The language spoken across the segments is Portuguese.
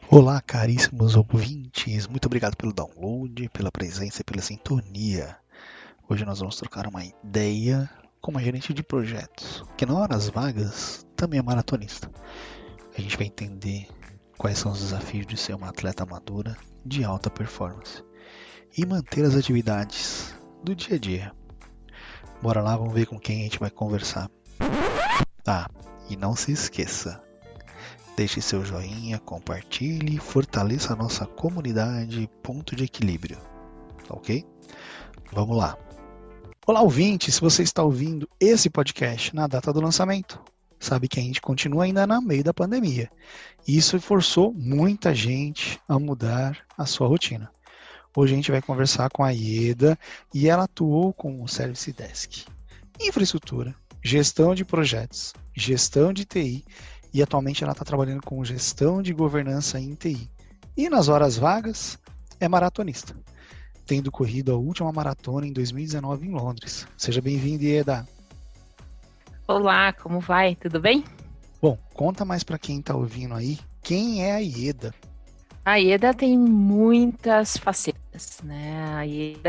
Olá, caríssimos ouvintes, muito obrigado pelo download, pela presença e pela sintonia. Hoje nós vamos trocar uma ideia com uma gerente de projetos, que na horas vagas também é maratonista. A gente vai entender quais são os desafios de ser uma atleta madura de alta performance e manter as atividades do dia a dia. Bora lá, vamos ver com quem a gente vai conversar. Ah, e não se esqueça, deixe seu joinha, compartilhe e fortaleça a nossa comunidade Ponto de Equilíbrio, ok? Vamos lá. Olá, ouvinte, se você está ouvindo esse podcast na data do lançamento, sabe que a gente continua ainda no meio da pandemia. E isso forçou muita gente a mudar a sua rotina. Hoje a gente vai conversar com a Ieda e ela atuou com o Service Desk, infraestrutura, gestão de projetos, gestão de TI e atualmente ela está trabalhando com gestão de governança em TI. E nas horas vagas é maratonista, tendo corrido a última maratona em 2019 em Londres. Seja bem-vindo, Ieda. Olá, como vai? Tudo bem? Bom, conta mais para quem está ouvindo aí, quem é a Ieda? A Ieda tem muitas facetas, né? A Ieda,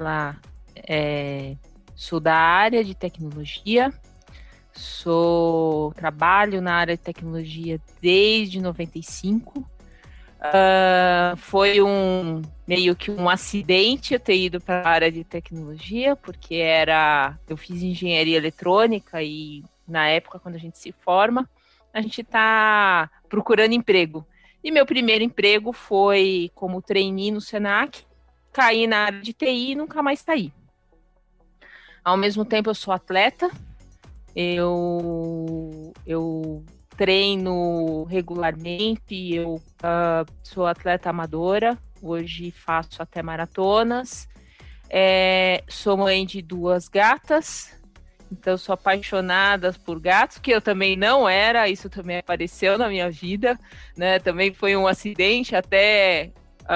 sou da área de tecnologia, trabalho na área de tecnologia desde 95. Foi meio que um acidente eu ter ido para a área de tecnologia, porque eu fiz engenharia eletrônica e na época, quando a gente se forma, a gente está procurando emprego. E meu primeiro emprego foi como trainee no Senac, caí na área de TI e nunca mais saí. Ao mesmo tempo, eu sou atleta, eu treino regularmente, eu sou atleta amadora, hoje faço até maratonas, sou mãe de 2 gatas, então sou apaixonada por gatos, que eu também não era, isso também apareceu na minha vida, né? Também foi um acidente até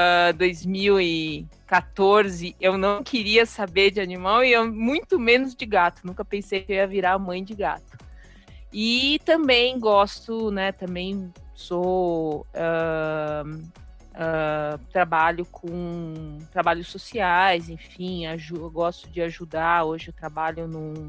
2014, eu não queria saber de animal e eu, muito menos de gato, nunca pensei que eu ia virar mãe de gato. E também gosto, né, também sou, trabalho com trabalhos sociais, enfim, gosto de ajudar, hoje eu trabalho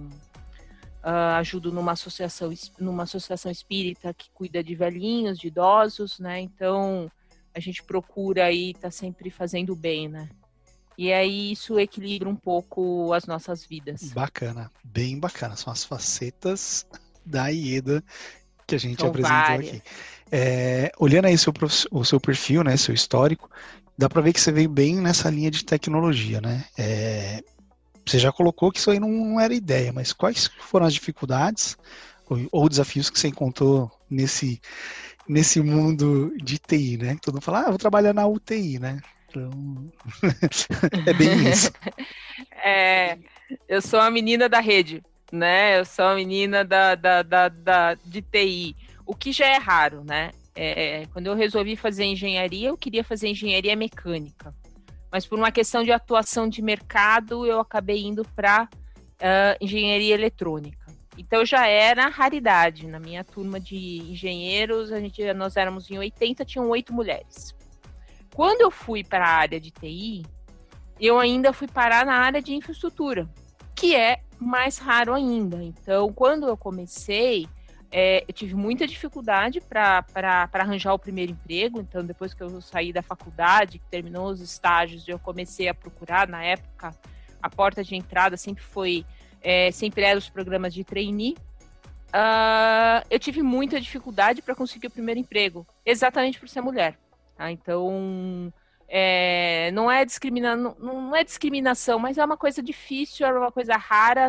ajudo numa associação espírita que cuida de velhinhos, de idosos, né, então a gente procura aí estar sempre fazendo bem, né. E aí isso equilibra um pouco as nossas vidas. Bacana, bem bacana, são as facetas da Ieda que a gente São apresentou várias. aqui. Olhando aí o seu perfil, né, seu histórico, dá para ver que você veio bem nessa linha de tecnologia, né? Você já colocou que isso aí não era ideia, mas quais foram as dificuldades ou desafios que você encontrou nesse mundo de TI, né? Todo mundo fala, vou trabalhar na UTI, né? Então, é bem isso. Eu sou a menina da rede, né? Eu sou a menina de TI, o que já é raro, né? Quando eu resolvi fazer engenharia, eu queria fazer engenharia mecânica, mas por uma questão de atuação de mercado, eu acabei indo para engenharia eletrônica. Então já era raridade. Na minha turma de engenheiros, nós éramos em 80, tinham 8 mulheres. Quando eu fui para a área de TI, eu ainda fui parar na área de infraestrutura, que é mais raro ainda. Então, quando eu comecei, eu tive muita dificuldade para arranjar o primeiro emprego. Então, depois que eu saí da faculdade, que terminou os estágios, eu comecei a procurar. Na época, a porta de entrada sempre era os programas de trainee. Eu tive muita dificuldade para conseguir o primeiro emprego, exatamente por ser mulher. Tá? Então, não é discriminação, mas é uma coisa difícil, é uma coisa rara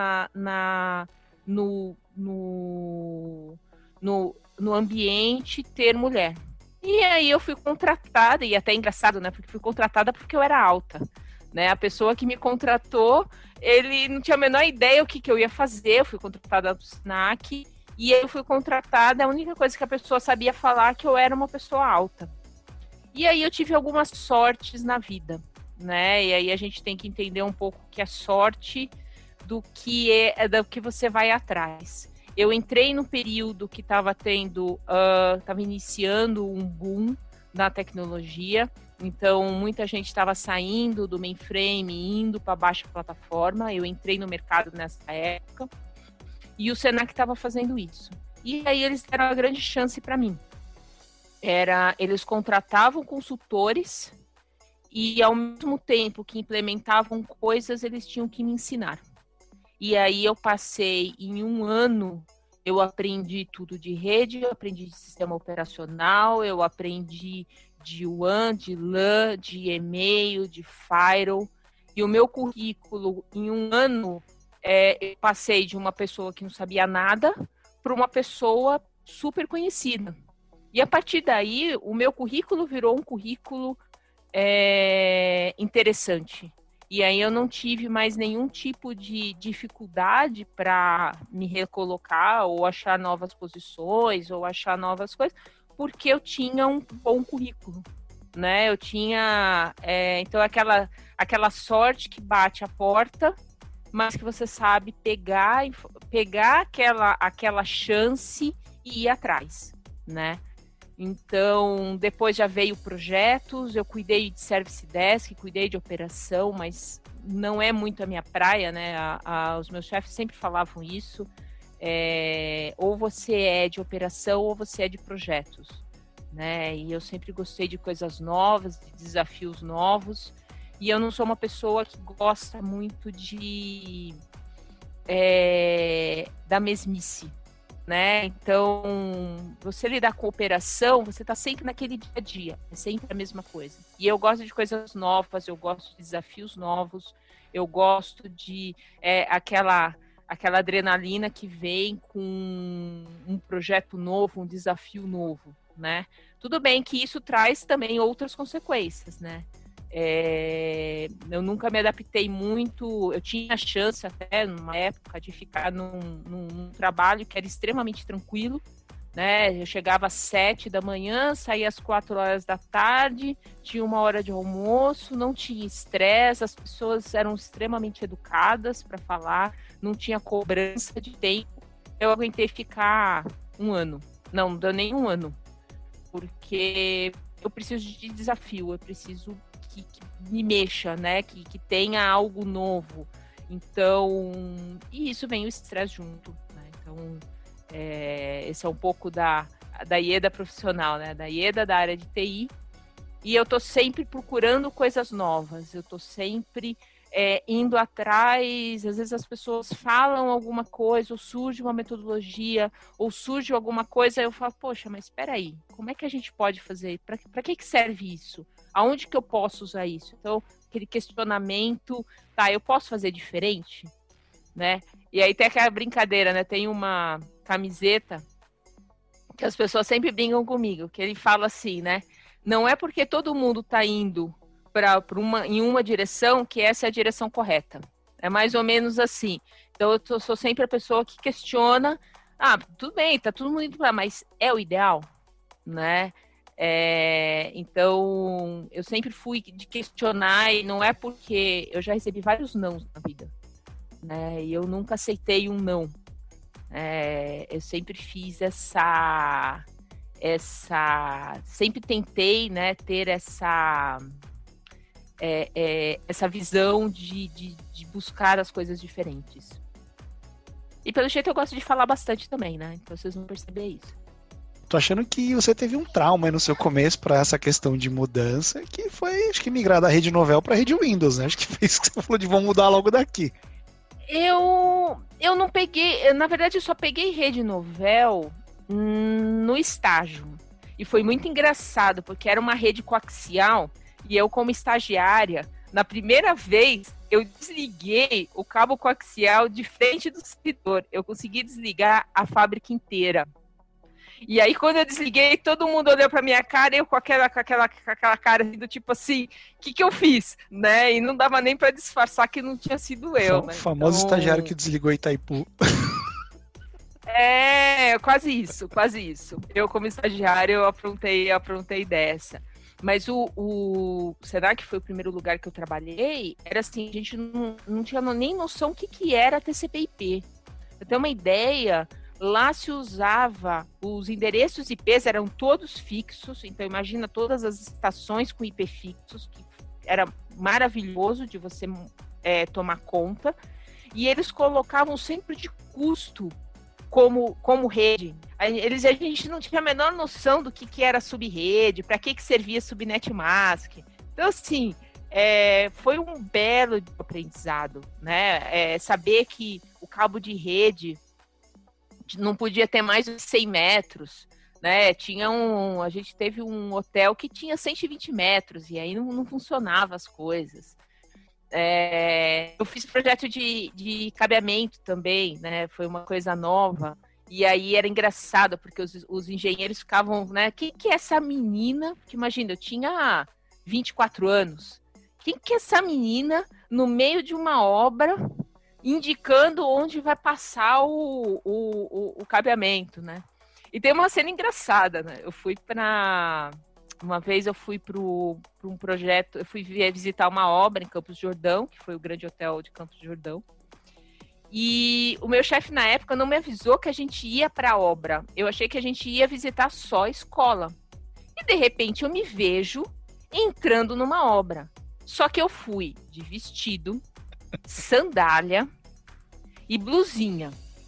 no ambiente ter mulher. E aí eu fui contratada, e até é engraçado, né? Porque fui contratada porque eu era alta. Né? A pessoa que me contratou, ele não tinha a menor ideia o que eu ia fazer. Eu fui contratada do SNAC, e eu fui contratada, a única coisa que a pessoa sabia falar é que eu era uma pessoa alta. E aí eu tive algumas sortes na vida, né? E aí a gente tem que entender um pouco que é sorte do que você vai atrás. Eu entrei no período que estava iniciando um boom na tecnologia. Então, muita gente estava saindo do mainframe, indo para a baixa plataforma. Eu entrei no mercado nessa época e o Senac estava fazendo isso. E aí eles deram uma grande chance para mim. Eles contratavam consultores e, ao mesmo tempo que implementavam coisas, eles tinham que me ensinar. E aí eu passei, em um ano, eu aprendi tudo de rede, eu aprendi de sistema operacional, eu aprendi de WAN, de LAN, de e-mail, de firewall. E o meu currículo, em um ano, eu passei de uma pessoa que não sabia nada para uma pessoa super conhecida. E a partir daí, o meu currículo virou um currículo interessante. E aí eu não tive mais nenhum tipo de dificuldade para me recolocar ou achar novas posições ou achar novas coisas, porque eu tinha um bom currículo, né? Eu tinha, então aquela sorte que bate a porta, mas que você sabe pegar aquela chance e ir atrás, né? Então, depois já veio projetos, eu cuidei de Service Desk, cuidei de operação, mas não é muito a minha praia, né? Os meus chefes sempre falavam isso. Ou você é de operação ou você é de projetos, né? E eu sempre gostei de coisas novas, de desafios novos. E eu não sou uma pessoa que gosta muito da mesmice, né? Então, você lidar com operação, você está sempre naquele dia a dia, é sempre a mesma coisa. E eu gosto de coisas novas, eu gosto de desafios novos, eu gosto de aquela adrenalina que vem com um projeto novo, um desafio novo, né? Tudo bem que isso traz também outras consequências, né? Eu nunca me adaptei muito, eu tinha a chance até numa época de ficar num trabalho que era extremamente tranquilo, né? Eu chegava às 7 da manhã, saía às 4 horas da tarde, tinha 1 hora de almoço, não tinha estresse, as pessoas eram extremamente educadas para falar, não tinha cobrança de tempo. Eu aguentei ficar 1 ano, não deu nem 1 ano, porque eu preciso de desafio, eu preciso que me mexa, né? Que tenha algo novo. Então, e isso vem o estresse junto, né? Então, esse é um pouco da Ieda profissional, né? Da Ieda da área de TI. E eu tô sempre procurando coisas novas. Eu tô sempre indo atrás. Às vezes as pessoas falam alguma coisa, ou surge uma metodologia, ou surge alguma coisa, eu falo, poxa, mas espera aí, como é que a gente pode fazer? Para que serve isso? Aonde que eu posso usar isso? Então, aquele questionamento, tá, eu posso fazer diferente? Né? E aí tem aquela brincadeira, né? Tem uma camiseta que as pessoas sempre brincam comigo, que ele fala assim, né? Não é porque todo mundo tá indo em uma direção que essa é a direção correta. É mais ou menos assim. Então, eu sou sempre a pessoa que questiona, tudo bem, tá todo mundo indo pra lá, mas é o ideal? Né? Então, eu sempre fui de questionar, e não é porque eu já recebi vários nãos na vida, né? E eu nunca aceitei um não. Eu sempre fiz sempre tentei, né, ter essa visão de buscar as coisas diferentes. E pelo jeito eu gosto de falar bastante também, né? Então vocês vão perceber isso. Tô achando que você teve um trauma aí no seu começo para essa questão de mudança, que foi, acho que, migrar da rede Novell para rede Windows, né? Acho que foi isso que você falou de vamos mudar logo daqui. Eu não peguei, na verdade eu só peguei rede Novell no estágio. E foi muito engraçado, porque era uma rede coaxial, e eu como estagiária, na primeira vez, eu desliguei o cabo coaxial de frente do servidor. Eu consegui desligar a fábrica inteira. E aí, quando eu desliguei, todo mundo olhou pra minha cara e eu com aquela cara do tipo assim, o que eu fiz? Né? E não dava nem pra disfarçar que não tinha sido eu. O famoso estagiário que desligou Itaipu. Quase isso. Eu, como estagiário, eu aprontei dessa. Mas o Senac foi o primeiro lugar que eu trabalhei, era assim, a gente não tinha nem noção o que era TCP/IP. Pra ter uma ideia, Lá se usava, os endereços IPs eram todos fixos, então imagina todas as estações com IP fixos, que era maravilhoso de você tomar conta, e eles colocavam sempre de custo como rede. A gente não tinha a menor noção do que era subrede, para que servia subnet mask. Então, assim, foi um belo aprendizado, né? Saber que o cabo de rede não podia ter mais de 100 metros, né? A gente teve um hotel que tinha 120 metros e aí não funcionava as coisas. Eu fiz projeto de cabeamento também, né? Foi uma coisa nova. E aí era engraçado, porque os engenheiros ficavam, né? Quem que é essa menina? Porque imagina, eu tinha 24 anos. Quem que é essa menina no meio de uma obra indicando onde vai passar o cabeamento, né? E tem uma cena engraçada, né? Uma vez eu fui para um projeto, eu fui visitar uma obra em Campos do Jordão, que foi o grande hotel de Campos do Jordão. E o meu chefe, na época, não me avisou que a gente ia para a obra. Eu achei que a gente ia visitar só a escola. E, de repente, eu me vejo entrando numa obra. Só que eu fui de vestido, sandália e blusinha.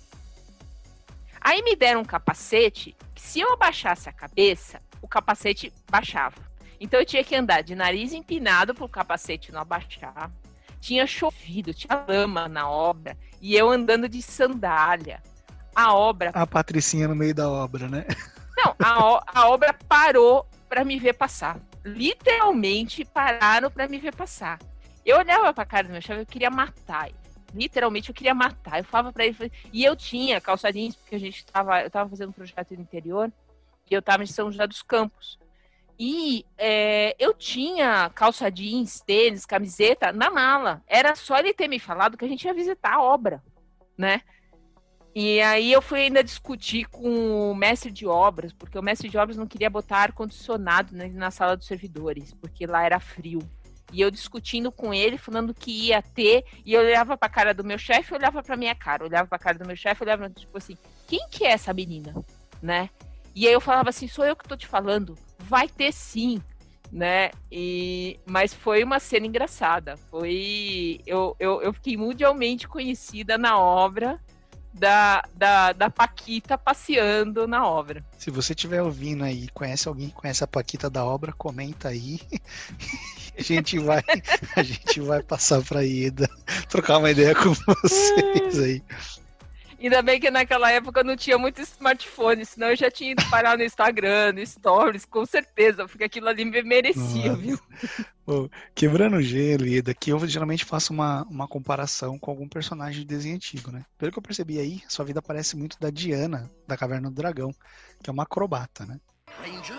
Aí me deram um capacete que, se eu abaixasse a cabeça, o capacete baixava. Então eu tinha que andar de nariz empinado para o capacete não abaixar. Tinha chovido, tinha lama na obra e eu andando de sandália. A Patricinha no meio da obra, né? Não, a obra parou para me ver passar. Literalmente pararam para me ver passar. Eu olhava para a cara do meu chefe, eu queria matar ele. Literalmente eu queria matar. Eu falava para ele, e eu tinha calça jeans, porque eu estava fazendo um projeto no interior e eu estava em São José dos Campos. E eu tinha calça jeans, tênis, camiseta na mala. Era só ele ter me falado que a gente ia visitar a obra, né? E aí eu fui ainda discutir com o mestre de obras, porque o mestre de obras não queria botar ar-condicionado na sala dos servidores, porque lá era frio. E eu discutindo com ele, falando que ia ter, e eu olhava pra cara do meu chefe, olhava pra minha cara, olhava pra cara do meu chefe, olhava, tipo assim, quem que é essa menina, né? E aí eu falava assim, sou eu que tô te falando, vai ter sim, né? Mas foi uma cena engraçada, eu fiquei mundialmente conhecida na obra da Paquita passeando na obra. Se você estiver ouvindo aí, conhece alguém que conhece a Paquita da obra, comenta aí. A gente vai passar pra Ieda, trocar uma ideia com vocês aí. Ainda bem que naquela época não tinha muito smartphone, senão eu já tinha ido parar no Instagram, no Stories, com certeza, porque aquilo ali me merecia, Nossa. viu? Pô, quebrando o gelo, Ieda, que eu geralmente faço uma comparação com algum personagem de desenho antigo, né? Pelo que eu percebi aí, sua vida parece muito da Diana, da Caverna do Dragão, que é uma acrobata, né? Ranger,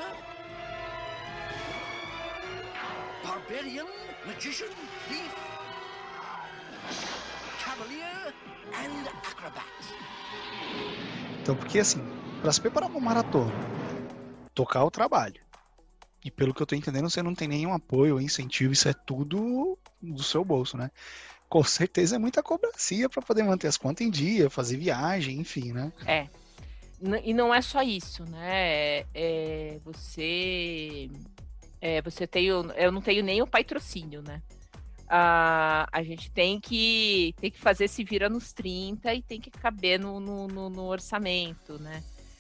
Barbarian, Magician, Thief, Cavalier and Acrobat. Então, porque assim, pra se preparar pra uma maratona, tocar o trabalho, e pelo que eu tô entendendo, você não tem nenhum apoio ou incentivo, isso é tudo do seu bolso, né? Com certeza é muita cobrança pra poder manter as contas em dia, fazer viagem, enfim, né? E não é só isso, né? Você tem eu não tenho nem o patrocínio, né? A gente tem que fazer se vira nos 30 e tem que caber no orçamento, né?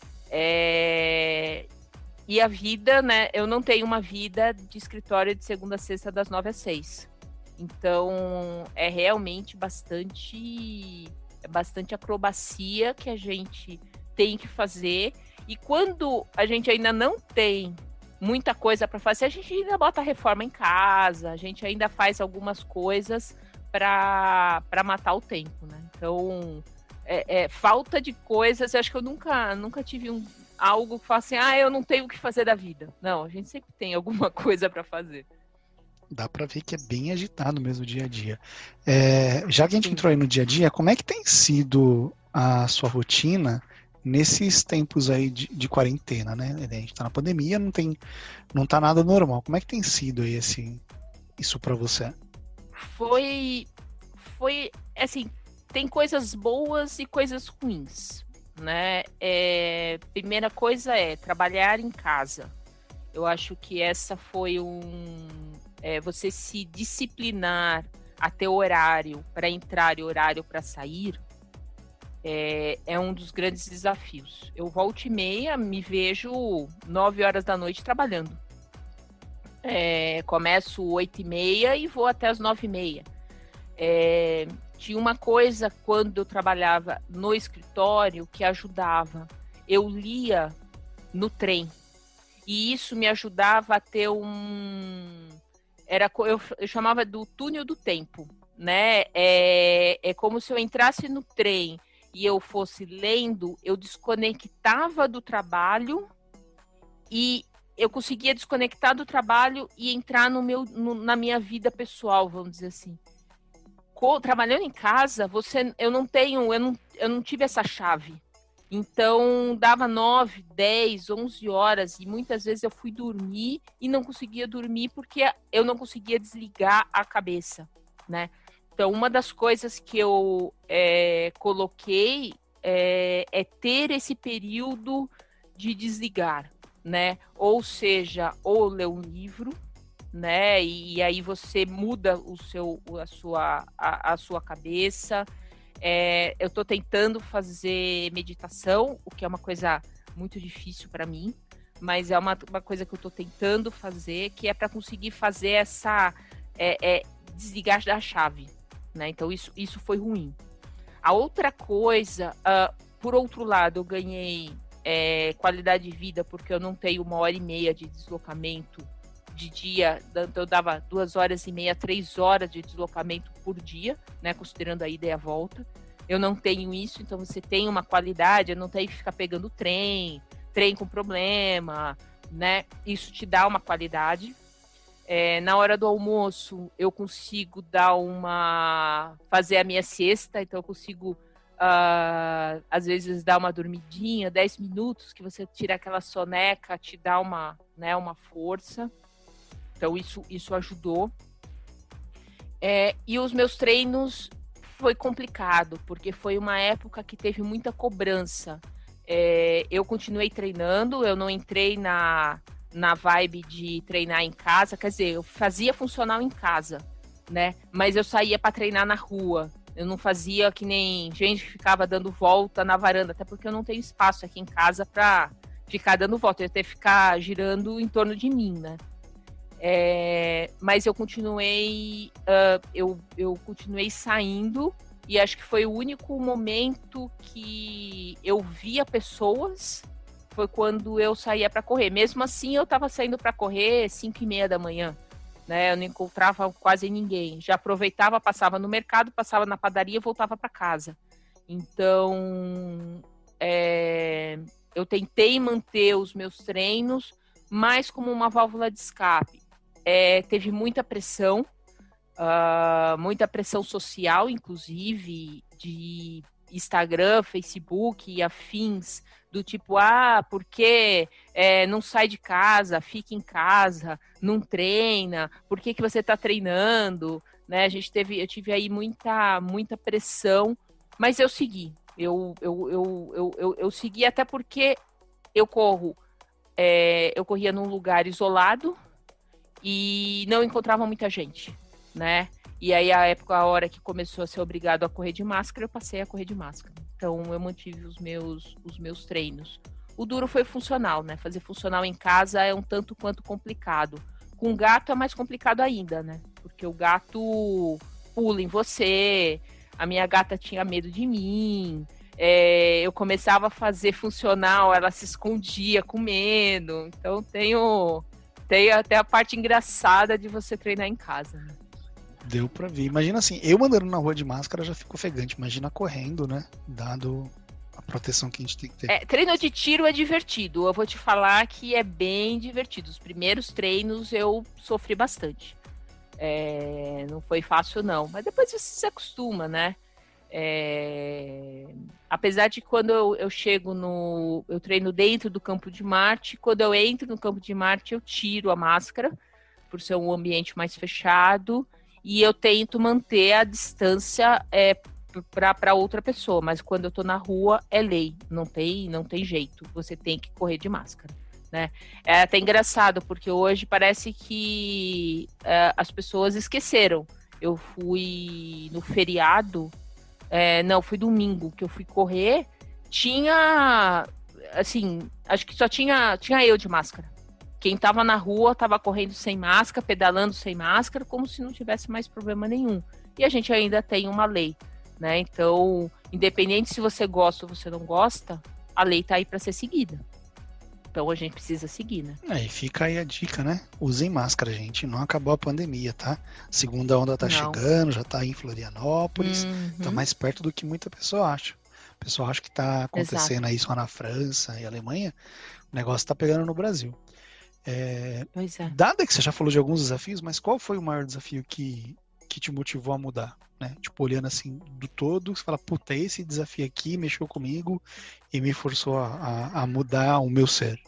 E a vida, né? Eu não tenho uma vida de escritório de segunda a sexta das 9 às 6. Então, é realmente bastante acrobacia que a gente tem que fazer. E quando a gente ainda não tem muita coisa para fazer, a gente ainda bota a reforma em casa, a gente ainda faz algumas coisas para matar o tempo, né? Então, falta de coisas, eu acho que eu nunca tive algo que fala assim, eu não tenho o que fazer da vida. Não, a gente sempre tem alguma coisa para fazer. Dá pra ver que é bem agitado mesmo o dia a dia. Já que a gente entrou aí no dia a dia, como é que tem sido a sua rotina nesses tempos aí de quarentena, né? A gente tá na pandemia, não tá nada normal. Como é que tem sido aí isso pra você? Foi assim, tem coisas boas e coisas ruins. né? Primeira coisa é trabalhar em casa. Eu acho que essa foi você se disciplinar a ter horário para entrar e horário para sair é um dos grandes desafios. Eu volta e meia me vejo 9 horas da noite trabalhando. Começo 8h30 e vou até as 9h30. Tinha uma coisa quando eu trabalhava no escritório que ajudava. Eu lia no trem. E isso me ajudava a ter eu chamava do túnel do tempo, né? É como se eu entrasse no trem e eu fosse lendo, eu desconectava do trabalho e eu conseguia desconectar do trabalho e entrar na minha vida pessoal, vamos dizer assim. Trabalhando em casa, eu não tive essa chave. Então, dava 9, 10, 11 horas e muitas vezes eu fui dormir e não conseguia dormir porque eu não conseguia desligar a cabeça, né? Então, uma das coisas que eu coloquei é ter esse período de desligar, né? Ou seja, ou ler um livro, né? E aí você muda a sua cabeça. Eu estou tentando fazer meditação, o que é uma coisa muito difícil para mim, mas é uma coisa que eu estou tentando fazer, que é para conseguir fazer essa desligar da chave, né? Então isso foi ruim. A outra coisa, por outro lado, eu ganhei qualidade de vida porque eu não tenho 1h30 de deslocamento de dia, então eu dava 2h30, 3 horas de deslocamento por dia, né, considerando a ida e a volta. Eu não tenho isso, então você tem uma qualidade, eu não tenho que ficar pegando trem com problema, né? Isso te dá uma qualidade. Na hora do almoço, eu consigo fazer a minha siesta, então eu consigo, às vezes, dar uma dormidinha, 10 minutos, que você tira aquela soneca, te dá uma força. Então, isso ajudou. E os meus treinos foi complicado, porque foi uma época que teve muita cobrança. Eu continuei treinando, eu não entrei na vibe de treinar em casa, quer dizer, eu fazia funcional em casa, né? Mas eu saía para treinar na rua. Eu não fazia que nem gente que ficava dando volta na varanda, até porque eu não tenho espaço aqui em casa para ficar dando volta, eu ia ter que ficar girando em torno de mim, né? Mas eu continuei continuei saindo e acho que foi o único momento que eu via pessoas, foi quando eu saía para correr. Mesmo assim, eu estava saindo para correr 5h30 da manhã, né? Eu não encontrava quase ninguém. Já aproveitava, passava no mercado, passava na padaria e voltava para casa. Então, eu tentei manter os meus treinos mais como uma válvula de escape. Teve muita pressão social, inclusive, de Instagram, Facebook e afins, do tipo, por que não sai de casa, fica em casa, não treina, por que você está treinando, né? Eu tive aí muita pressão, mas eu segui, eu segui até porque eu corria num lugar isolado e não encontrava muita gente, né? E aí, a hora que começou a ser obrigado a correr de máscara, eu passei a correr de máscara. Então, eu mantive os meus treinos. O duro foi funcional, né? Fazer funcional em casa é um tanto quanto complicado. Com gato é mais complicado ainda, né? Porque o gato pula em você, a minha gata tinha medo de mim, eu começava a fazer funcional, ela se escondia com medo. Então, tem até a parte engraçada de você treinar em casa, né? Deu pra ver. Imagina assim, eu andando na rua de máscara já fico ofegante. Imagina correndo, né? Dado a proteção que a gente tem que ter. Treino de tiro é divertido. Eu vou te falar que é bem divertido. Os primeiros treinos eu sofri bastante. Não foi fácil, não. Mas depois você se acostuma, né? Apesar de quando eu chego eu treino dentro do campo de Marte, quando eu entro no campo de Marte, eu tiro a máscara, por ser um ambiente mais fechado. E eu tento manter a distância para outra pessoa, mas quando eu tô na rua é lei, não tem jeito, você tem que correr de máscara, né? É até engraçado, porque hoje parece que as pessoas esqueceram. Eu fui no feriado, não, foi domingo que eu fui correr, tinha, assim, acho que só tinha eu de máscara. Quem tava na rua tava correndo sem máscara, pedalando sem máscara, como se não tivesse mais problema nenhum. E a gente ainda tem uma lei, né? Então, independente se você gosta ou você não gosta, a lei tá aí para ser seguida. Então a gente precisa seguir, né? E fica aí a dica, né? Usem máscara, gente. Não acabou a pandemia, tá? Segunda onda tá chegando, já tá aí em Florianópolis. Tá mais perto do que muita pessoa acha. O pessoal acha que tá acontecendo aí só na França e Alemanha. O negócio tá pegando no Brasil. Pois é. Dada que você já falou de alguns desafios, mas qual foi o maior desafio que te motivou a mudar, né? Tipo, olhando assim do todo, você fala, puta, esse desafio aqui mexeu comigo e me forçou a mudar o meu ser.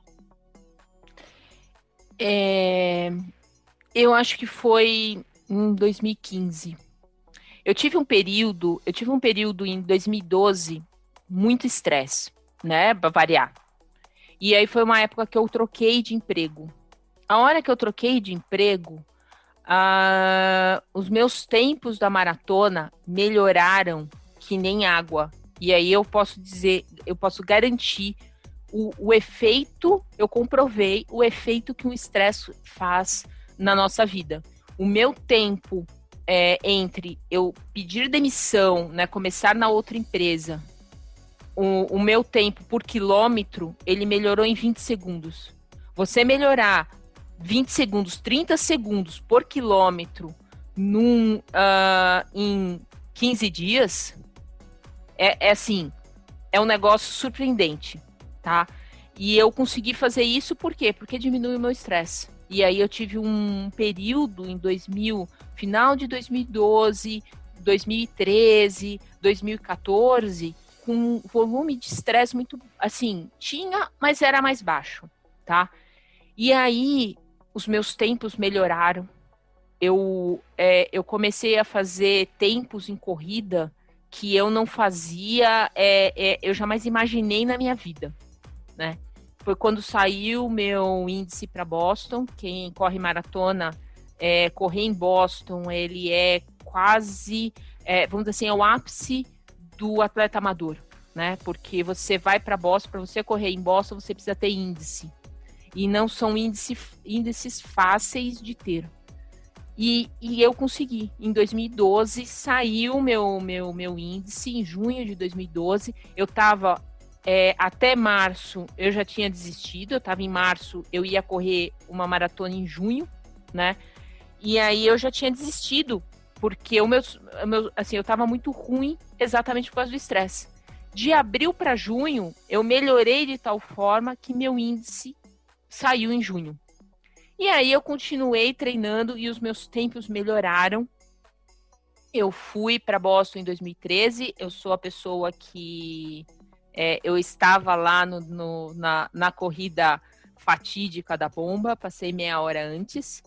Eu acho que foi em 2015. Eu tive um período em 2012, muito estresse, né? Pra variar. E aí foi uma época que eu troquei de emprego. A hora que eu troquei de emprego, os meus tempos da maratona melhoraram que nem água. E aí eu posso garantir o efeito, eu comprovei o efeito que o estresse faz na nossa vida. O meu tempo entre eu pedir demissão, né, começar na outra empresa, o meu tempo por quilômetro, ele melhorou em 20 segundos. Você melhorar 20 segundos, 30 segundos por quilômetro em 15 dias, assim, é um negócio surpreendente, tá? E eu consegui fazer isso por quê? Porque diminui o meu estresse. E aí eu tive um período em final de 2012, 2013, 2014, com um volume de estresse muito, assim, mas era mais baixo, tá? E aí os meus tempos melhoraram. Eu comecei a fazer tempos em corrida que eu não fazia, eu jamais imaginei na minha vida, né? Foi quando saiu o meu índice para Boston. Quem corre maratona, correr em Boston, ele é quase, vamos dizer assim, é o ápice do atleta amador, né? Porque você vai para Boston, para você correr em Boston, você precisa ter índice. E não são índices fáceis de ter. E eu consegui. Em 2012, saiu o meu índice, em junho de 2012. Eu estava, até março, eu já tinha desistido. Eu estava em março, eu ia correr uma maratona em junho, né? E aí eu já tinha desistido, porque assim, eu estava muito ruim exatamente por causa do estresse. De abril para junho, eu melhorei de tal forma que meu índice saiu em junho. E aí eu continuei treinando e os meus tempos melhoraram. Eu fui para Boston em 2013. Eu sou a pessoa que eu estava lá na corrida fatídica da bomba. Passei meia hora antes.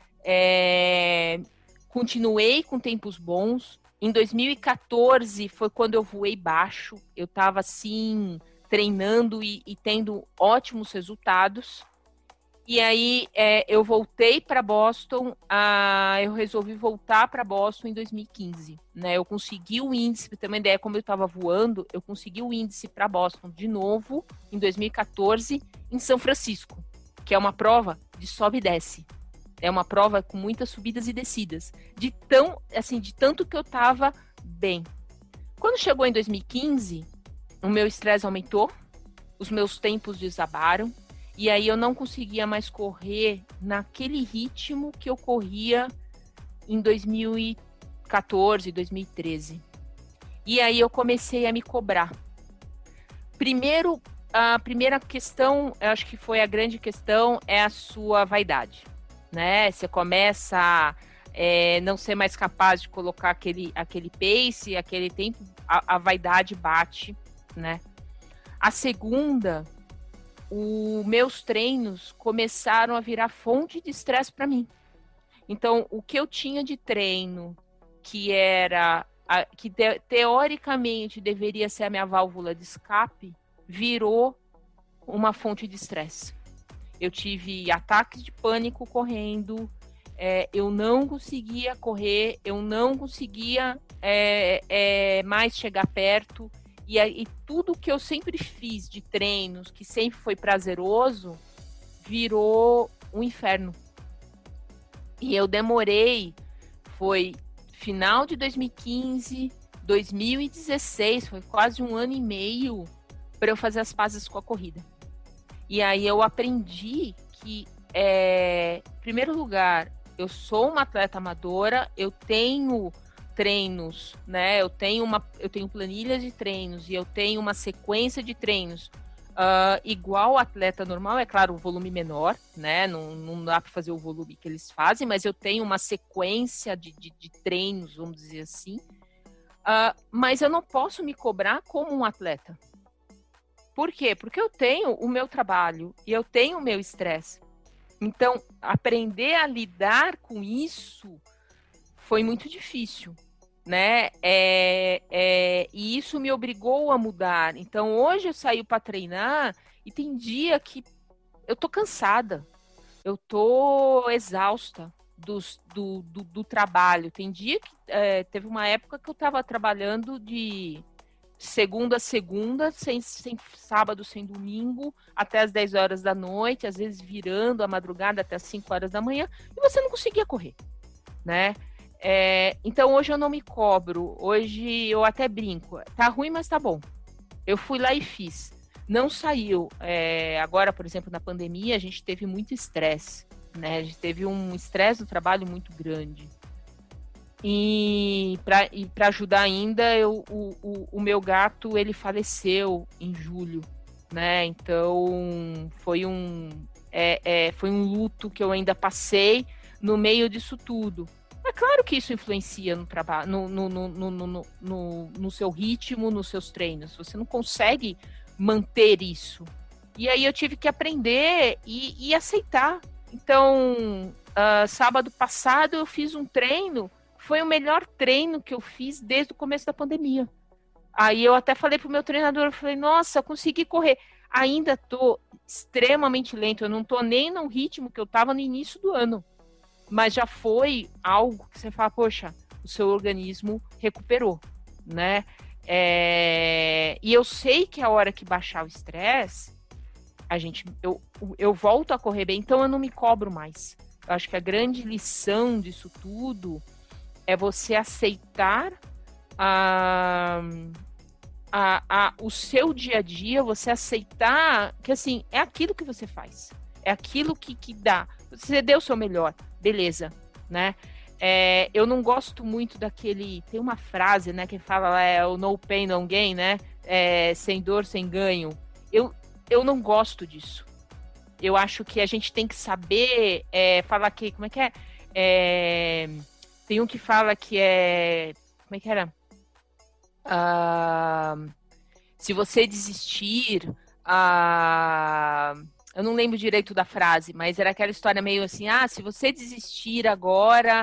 Continuei com tempos bons. Em 2014 foi quando eu voei baixo. Eu estava assim treinando e tendo ótimos resultados. E aí eu voltei para Boston, eu resolvi voltar para Boston em 2015, né? Eu consegui o índice, pra ter uma ideia, como eu estava voando, eu consegui o índice para Boston de novo em 2014 em São Francisco, que é uma prova de sobe e desce. É uma prova com muitas subidas e descidas, de tanto que eu estava bem. Quando chegou em 2015, o meu estresse aumentou, os meus tempos desabaram. E aí eu não conseguia mais correr naquele ritmo que eu corria em 2014, 2013. E aí eu comecei a me cobrar. Primeiro, a primeira questão, eu acho que foi a grande questão, é a sua vaidade, né? Você começa a não ser mais capaz de colocar aquele pace, aquele tempo, a vaidade bate, né? A segunda, os meus treinos começaram a virar fonte de estresse para mim. Então, o que eu tinha de treino, que era que teoricamente deveria ser a minha válvula de escape, virou uma fonte de estresse. Eu tive ataques de pânico correndo, eu não conseguia correr, eu não conseguia mais chegar perto, e tudo que eu sempre fiz de treinos, que sempre foi prazeroso, virou um inferno. E eu demorei, foi final de 2015, 2016, foi quase 1 ano e meio para eu fazer as pazes com a corrida. E aí eu aprendi que, em primeiro lugar, eu sou uma atleta amadora, eu tenho treinos, né? Eu tenho planilhas de treinos e eu tenho uma sequência de treinos igual ao atleta normal, é claro, o volume menor, né? Não dá para fazer o volume que eles fazem, mas eu tenho uma sequência de treinos, vamos dizer assim. Mas eu não posso me cobrar como um atleta. Por quê? Porque eu tenho o meu trabalho e eu tenho o meu estresse. Então, aprender a lidar com isso foi muito difícil, né? E isso me obrigou a mudar. Então, hoje eu saio para treinar e tem dia que eu tô cansada, eu tô exausta do trabalho. Tem dia que teve uma época que eu estava trabalhando de segunda a segunda, sem sábado, sem domingo, até as 10 horas da noite, às vezes virando a madrugada até as 5 horas da manhã, e você não conseguia correr, né? Então hoje eu não me cobro, hoje eu até brinco, tá ruim, mas tá bom. Eu fui lá e fiz. Não saiu. Agora, por exemplo, na pandemia, a gente teve muito estresse, né? A gente teve um estresse no trabalho muito grande. E para ajudar ainda, o meu gato, ele faleceu em julho, né? Então foi um luto que eu ainda passei no meio disso tudo. É claro que isso influencia no trabalho, no seu ritmo, nos seus treinos. Você não consegue manter isso. E aí eu tive que aprender e aceitar. Então, sábado passado eu fiz um treino. Foi o melhor treino que eu fiz desde o começo da pandemia. Aí eu até falei pro meu treinador, eu falei, nossa, consegui correr. Ainda tô extremamente lento, eu não tô nem no ritmo que eu tava no início do ano. Mas já foi algo que você fala, poxa, o seu organismo recuperou, né? E eu sei que a hora que baixar o estresse, eu volto a correr bem, então eu não me cobro mais. Eu acho que a grande lição disso tudo é você aceitar o seu dia a dia, você aceitar que, assim, é aquilo que você faz. É aquilo que dá. Você deu o seu melhor, beleza, né? Eu não gosto muito daquele... Tem uma frase, né, que fala o no pain, no gain, né? Sem dor, sem ganho. Eu não gosto disso. Eu acho que a gente tem que saber falar que... Como é que é? Tem um que fala que como é que era? Se você desistir... eu não lembro direito da frase, mas era aquela história meio assim, se você desistir agora,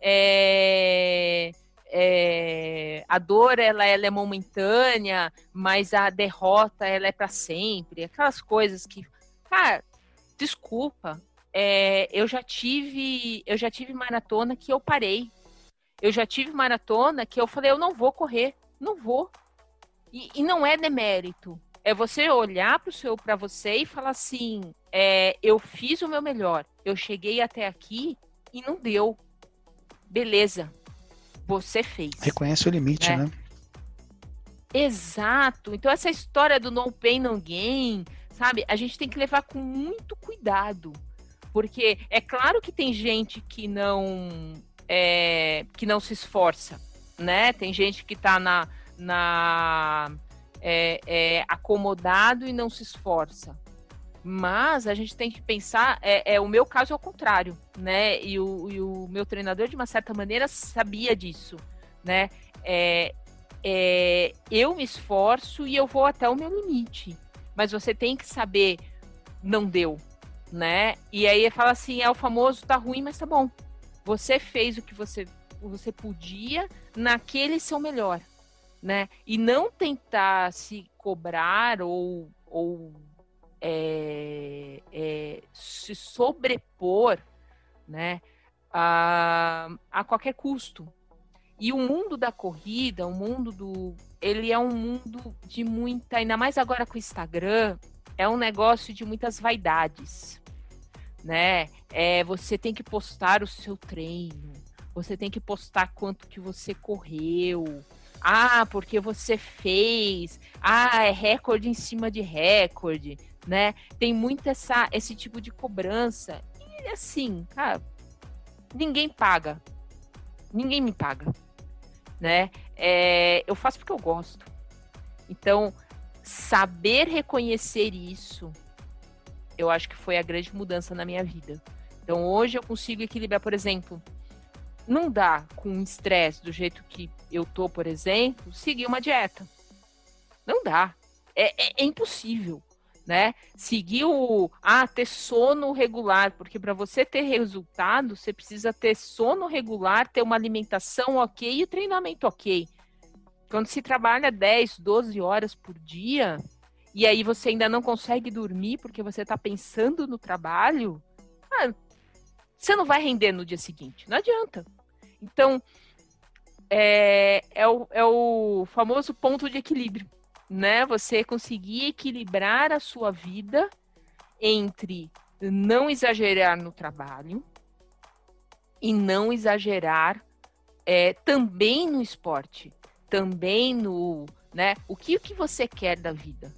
a dor ela é momentânea, mas a derrota ela é para sempre. Aquelas coisas que, cara, desculpa, eu já tive maratona que eu parei. Eu já tive maratona que eu falei, eu não vou correr, não vou. E não é demérito. É você olhar para você e falar assim, eu fiz o meu melhor, eu cheguei até aqui e não deu. Beleza, você fez. Reconhece o limite, né? Exato. Então essa história do no pain, no gain, sabe? A gente tem que levar com muito cuidado. Porque é claro que tem gente que não se esforça, né? Tem gente que tá acomodado e não se esforça. Mas a gente tem que pensar, o meu caso é o contrário, né? E o meu treinador, de uma certa maneira, sabia disso, né? Eu me esforço e eu vou até o meu limite. Mas você tem que saber, não deu, né? E aí fala assim, o famoso tá ruim, mas tá bom. Você fez o que você você podia naquele seu melhor, né? E não tentar se cobrar ou se sobrepor, né, a qualquer custo. E o mundo da corrida, ele é um mundo de muita, ainda mais agora com o Instagram, é um negócio de muitas vaidades, né? Você tem que postar o seu treino, você tem que postar quanto que você correu, porque você fez, é recorde em cima de recorde, né? Tem muito esse tipo de cobrança. E assim, cara, ninguém me paga, né? Eu faço porque eu gosto. Então, saber reconhecer isso, eu acho que foi a grande mudança na minha vida. Então, hoje eu consigo equilibrar, por exemplo, não dá com estresse do jeito que eu tô, por exemplo, seguir uma dieta. Não dá. É impossível, né? Seguir ter sono regular, porque para você ter resultado, você precisa ter sono regular, ter uma alimentação ok e o treinamento ok. Quando se trabalha 10, 12 horas por dia, e aí você ainda não consegue dormir porque você está pensando no trabalho, você não vai render no dia seguinte. Não adianta. Então, é o famoso ponto de equilíbrio, né? Você conseguir equilibrar a sua vida entre não exagerar no trabalho e não exagerar também no esporte, também no, né? O que você quer da vida?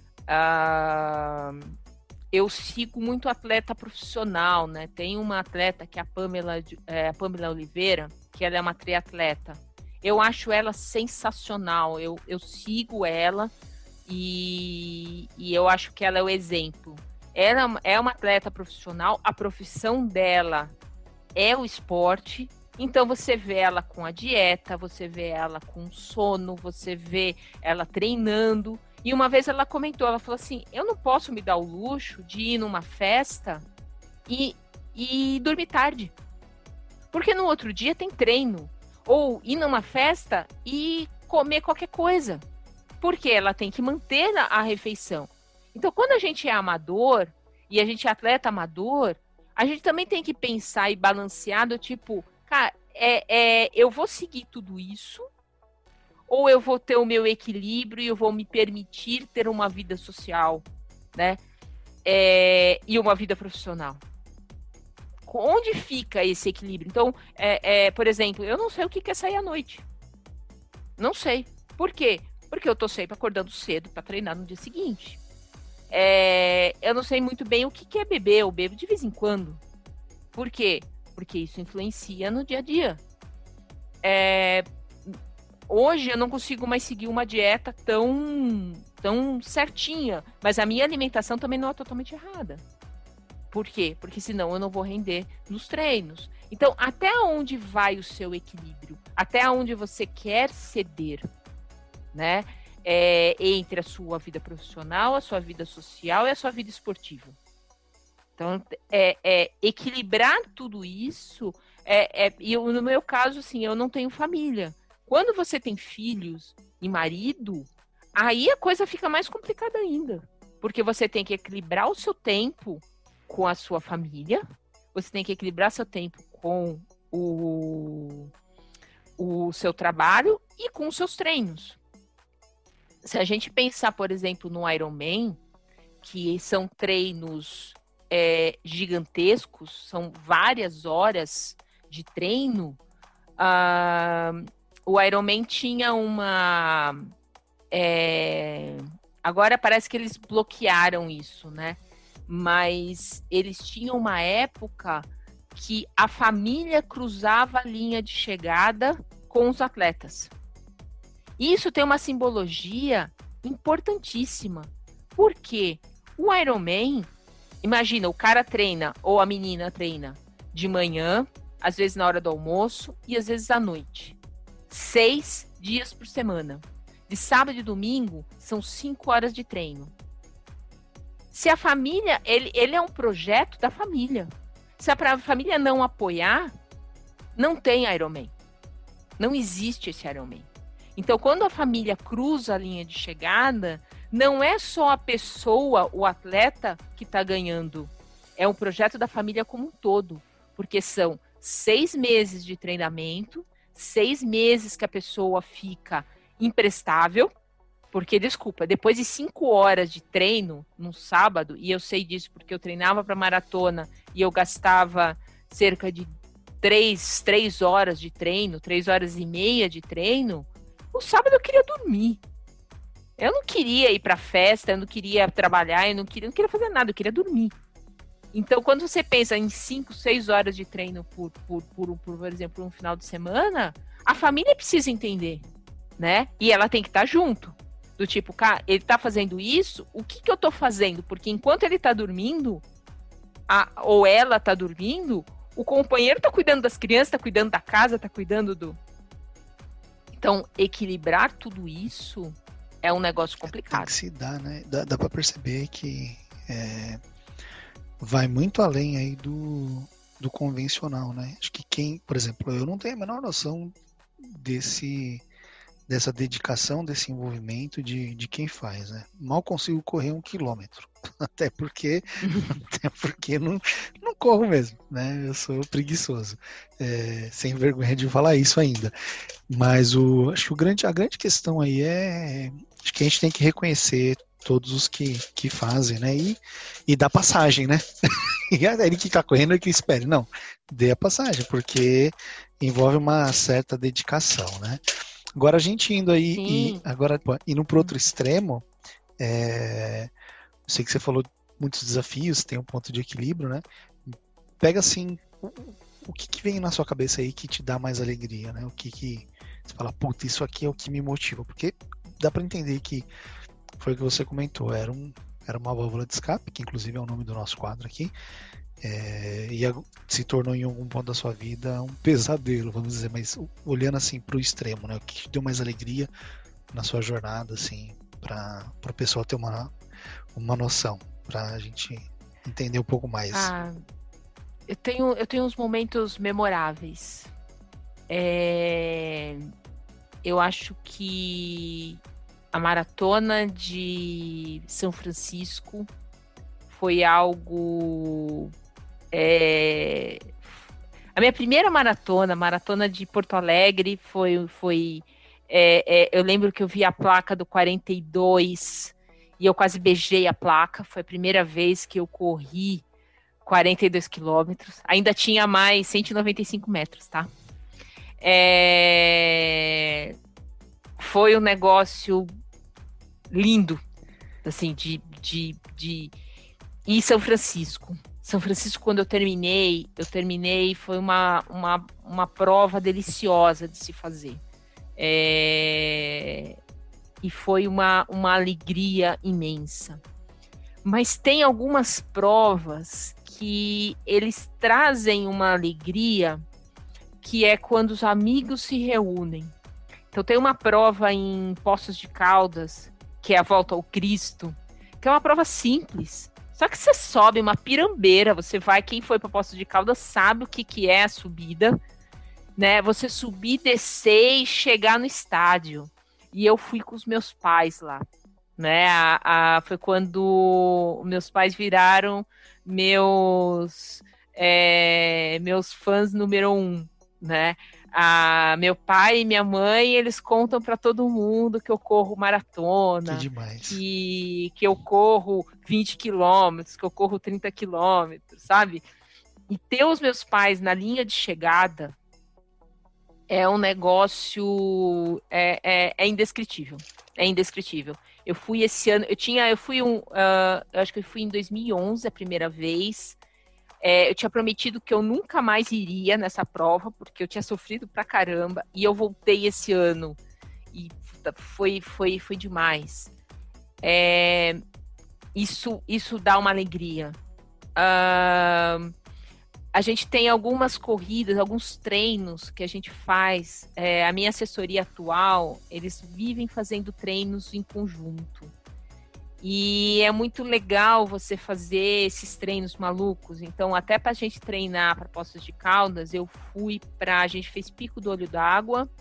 Eu sigo muito atleta profissional, né? Tem uma atleta que é a Pamela Oliveira, que ela é uma triatleta. Eu acho ela sensacional. Eu sigo ela e eu acho que ela é o exemplo. Ela é uma atleta profissional, a profissão dela é o esporte. Então você vê ela com a dieta, você vê ela com sono, você vê ela treinando. E uma vez ela comentou, ela falou assim, eu não posso me dar o luxo de ir numa festa e dormir tarde. Porque no outro dia tem treino. Ou ir numa festa e comer qualquer coisa. Porque ela tem que manter a refeição. Então, quando a gente é amador, e a gente é atleta amador, a gente também tem que pensar e balancear do tipo, cara, eu vou seguir tudo isso, ou eu vou ter o meu equilíbrio e eu vou me permitir ter uma vida social, né? E uma vida profissional. Onde fica esse equilíbrio? Então, por exemplo, eu não sei o que é sair à noite. Não sei. Por quê? Porque eu tô sempre acordando cedo para treinar no dia seguinte. Eu não sei muito bem o que é beber. Eu bebo de vez em quando. Por quê? Porque isso influencia no dia a dia. Hoje eu não consigo mais seguir uma dieta tão certinha. Mas a minha alimentação também não é totalmente errada. Por quê? Porque senão eu não vou render nos treinos. Então, até onde vai o seu equilíbrio? Até onde você quer ceder, né? Entre a sua vida profissional, a sua vida social e a sua vida esportiva. Então, equilibrar tudo isso. E no meu caso, assim, eu não tenho família. Quando você tem filhos e marido, aí a coisa fica mais complicada ainda. Porque você tem que equilibrar o seu tempo com a sua família, você tem que equilibrar seu tempo com o seu trabalho e com os seus treinos. Se a gente pensar, por exemplo, no Ironman, que são treinos gigantescos, são várias horas de treino, o Ironman tinha uma... agora parece que eles bloquearam isso, né? Mas eles tinham uma época que a família cruzava a linha de chegada com os atletas. Isso tem uma simbologia importantíssima. Por quê? O Ironman, imagina, o cara treina, ou a menina treina, de manhã, às vezes na hora do almoço e às vezes à noite. 6 dias por semana. De sábado e domingo, são 5 horas de treino. Se a família, ele é um projeto da família. Se a família não apoiar, não tem Ironman. Não existe esse Ironman. Então, quando a família cruza a linha de chegada, não é só a pessoa, o atleta, que está ganhando. É um projeto da família como um todo. Porque são 6 meses de treinamento, 6 meses que a pessoa fica imprestável, porque, desculpa, depois de 5 horas de treino, num sábado, e eu sei disso porque eu treinava para maratona e eu gastava cerca de 3 horas de treino, 3 horas e meia de treino, o sábado eu queria dormir. Eu não queria ir para festa, eu não queria trabalhar, eu não queria fazer nada, eu queria dormir. Então, quando você pensa em 5, 6 horas de treino por exemplo, um final de semana, a família precisa entender, né? E ela tem que estar junto. Do tipo, cara, ele tá fazendo isso, o que eu tô fazendo? Porque enquanto ele tá dormindo, ou ela tá dormindo, o companheiro tá cuidando das crianças, tá cuidando da casa, tá cuidando do... Então, equilibrar tudo isso é um negócio complicado. Tem que se dar, né? Dá pra perceber que vai muito além aí do convencional, né? Acho que quem, por exemplo, eu não tenho a menor noção dessa dedicação, desse envolvimento de quem faz, né? Mal consigo correr 1 quilômetro, até porque não corro mesmo, né? Eu sou preguiçoso, sem vergonha de falar isso ainda. Mas acho que a grande questão aí acho que a gente tem que reconhecer todos os que fazem, né? E dar passagem, né? E ele que tá correndo é que espere. Não, dê a passagem, porque envolve uma certa dedicação, né? Agora a gente indo aí, indo para outro extremo, eu sei que você falou muitos desafios, tem um ponto de equilíbrio, né? Pega assim, o que vem na sua cabeça aí que te dá mais alegria, né? O que você fala, puta, isso aqui é o que me motiva, porque dá para entender que foi o que você comentou, era uma válvula de escape, que inclusive é o nome do nosso quadro aqui, e se tornou em algum ponto da sua vida um pesadelo, vamos dizer, mas olhando assim para o extremo, né? O que te deu mais alegria na sua jornada, assim, para o pessoal ter uma noção, para a gente entender um pouco mais. Eu tenho uns momentos memoráveis. Eu acho que a maratona de São Francisco foi algo... A minha primeira maratona de Porto Alegre foi eu lembro que eu vi a placa do 42 e eu quase beijei a placa. Foi a primeira vez que eu corri 42 quilômetros. Ainda tinha mais 195 metros, tá? Foi um negócio lindo, assim, E São Francisco. São Francisco, quando eu terminei, foi uma prova deliciosa de se fazer. E foi uma alegria imensa. Mas tem algumas provas que eles trazem uma alegria, que é quando os amigos se reúnem. Então tem uma prova em Poços de Caldas, que é a Volta ao Cristo, que é uma prova simples. Só que você sobe uma pirambeira, você vai, quem foi para Poços de Caldas sabe o que é a subida, né? Você subir, descer e chegar no estádio. E eu fui com os meus pais lá, né? Foi quando meus pais viraram meus fãs número 1, né? Meu pai e minha mãe, eles contam para todo mundo que eu corro maratona, que demais. Que eu corro 20 quilômetros, que eu corro 30 quilômetros, sabe? E ter os meus pais na linha de chegada é um negócio indescritível. É indescritível. Eu fui esse ano, eu acho que eu fui em 2011 a primeira vez. Eu tinha prometido que eu nunca mais iria nessa prova, porque eu tinha sofrido pra caramba, e eu voltei esse ano, e foi demais. Isso dá uma alegria. A gente tem algumas corridas, alguns treinos que a gente faz. A minha assessoria atual, eles vivem fazendo treinos em conjunto. E é muito legal você fazer esses treinos malucos. Então, até pra gente treinar para Poços de Caldas, a gente fez Pico do Olho d'Água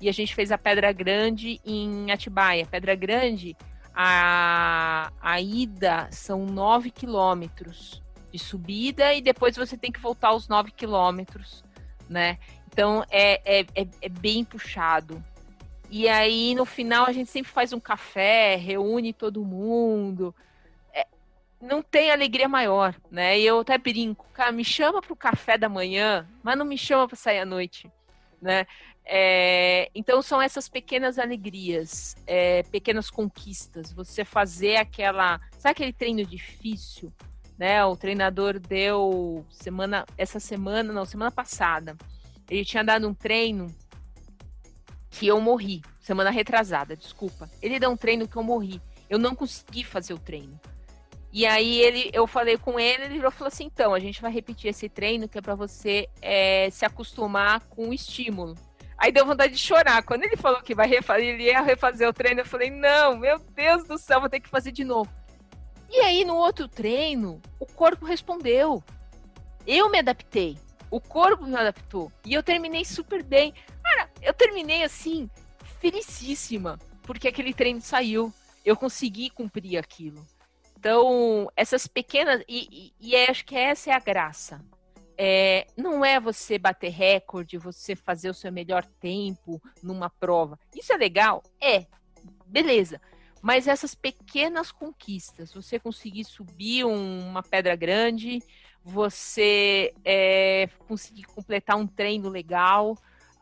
e a gente fez a Pedra Grande em Atibaia. Pedra Grande, a ida são 9 quilômetros de subida e depois você tem que voltar os 9 quilômetros, né? Então é bem puxado. E aí no final a gente sempre faz um café, reúne todo mundo. Não tem alegria maior, né? E eu até brinco, cara, me chama para o café da manhã, mas não me chama para sair à noite, né? Então são essas pequenas alegrias, pequenas conquistas. Você fazer aquela, sabe aquele treino difícil, né? O treinador deu semana passada, ele tinha dado um treino que eu morri, semana retrasada, desculpa. Ele deu um treino que eu morri, eu não consegui fazer o treino. E aí eu falei com ele falou assim, então, a gente vai repetir esse treino que é para você se acostumar com o estímulo. Aí deu vontade de chorar. Quando ele falou que ele ia refazer o treino, eu falei, não, meu Deus do céu, vou ter que fazer de novo. E aí no outro treino, o corpo respondeu. Eu me adaptei, o corpo me adaptou. E eu terminei super bem. Cara, eu terminei assim, felicíssima, porque aquele treino saiu. Eu consegui cumprir aquilo. Então, essas pequenas... E acho que essa é a graça. Não é você bater recorde, você fazer o seu melhor tempo numa prova. Isso é legal? Beleza. Mas essas pequenas conquistas, você conseguir subir uma pedra grande, você conseguir completar um treino legal,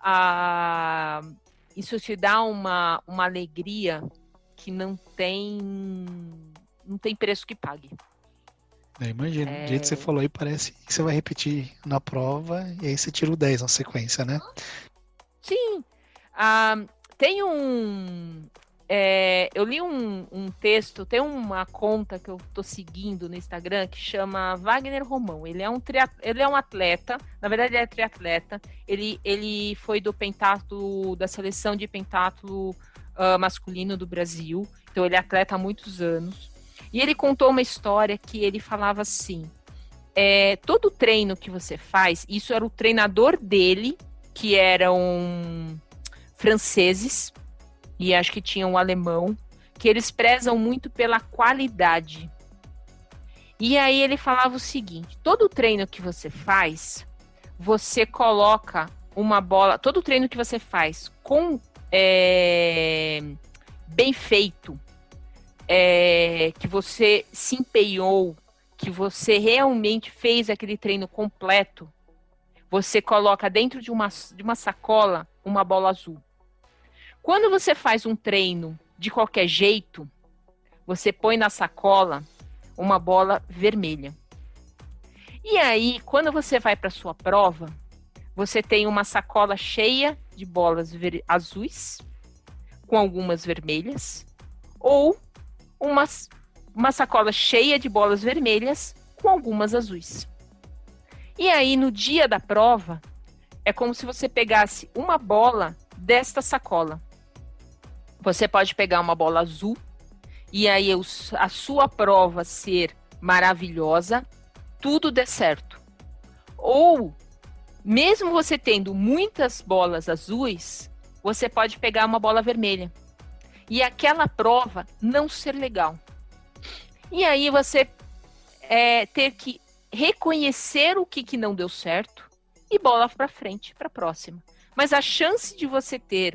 isso te dá uma alegria que não tem preço que pague. Imagina, do jeito que você falou aí, parece que você vai repetir na prova e aí você tira o 10 na sequência, né? Sim. Tem eu li um texto, tem uma conta que eu tô seguindo no Instagram que chama Wagner Romão. Ele é um atleta, na verdade ele é triatleta. Ele foi do pentatlo, da seleção de pentatlo masculino do Brasil. Então ele é atleta há muitos anos. E ele contou uma história que ele falava assim, todo treino que você faz, isso era o treinador dele, que eram franceses, e acho que tinha um alemão, que eles prezam muito pela qualidade. E aí ele falava o seguinte, todo treino que você faz, você coloca uma bola, todo treino que você faz com bem feito, que você se empenhou, que você realmente fez aquele treino completo, você coloca dentro de uma sacola uma bola azul. Quando você faz um treino de qualquer jeito, você põe na sacola uma bola vermelha. E aí, quando você vai para a sua prova, você tem uma sacola cheia de bolas azuis, com algumas vermelhas, ou uma sacola cheia de bolas vermelhas com algumas azuis. E aí, no dia da prova, é como se você pegasse uma bola desta sacola. Você pode pegar uma bola azul e aí a sua prova ser maravilhosa, tudo der certo. Ou, mesmo você tendo muitas bolas azuis, você pode pegar uma bola vermelha. E aquela prova não ser legal. E aí você ter que reconhecer o que não deu certo e bola para frente, para a próxima. Mas a chance de você ter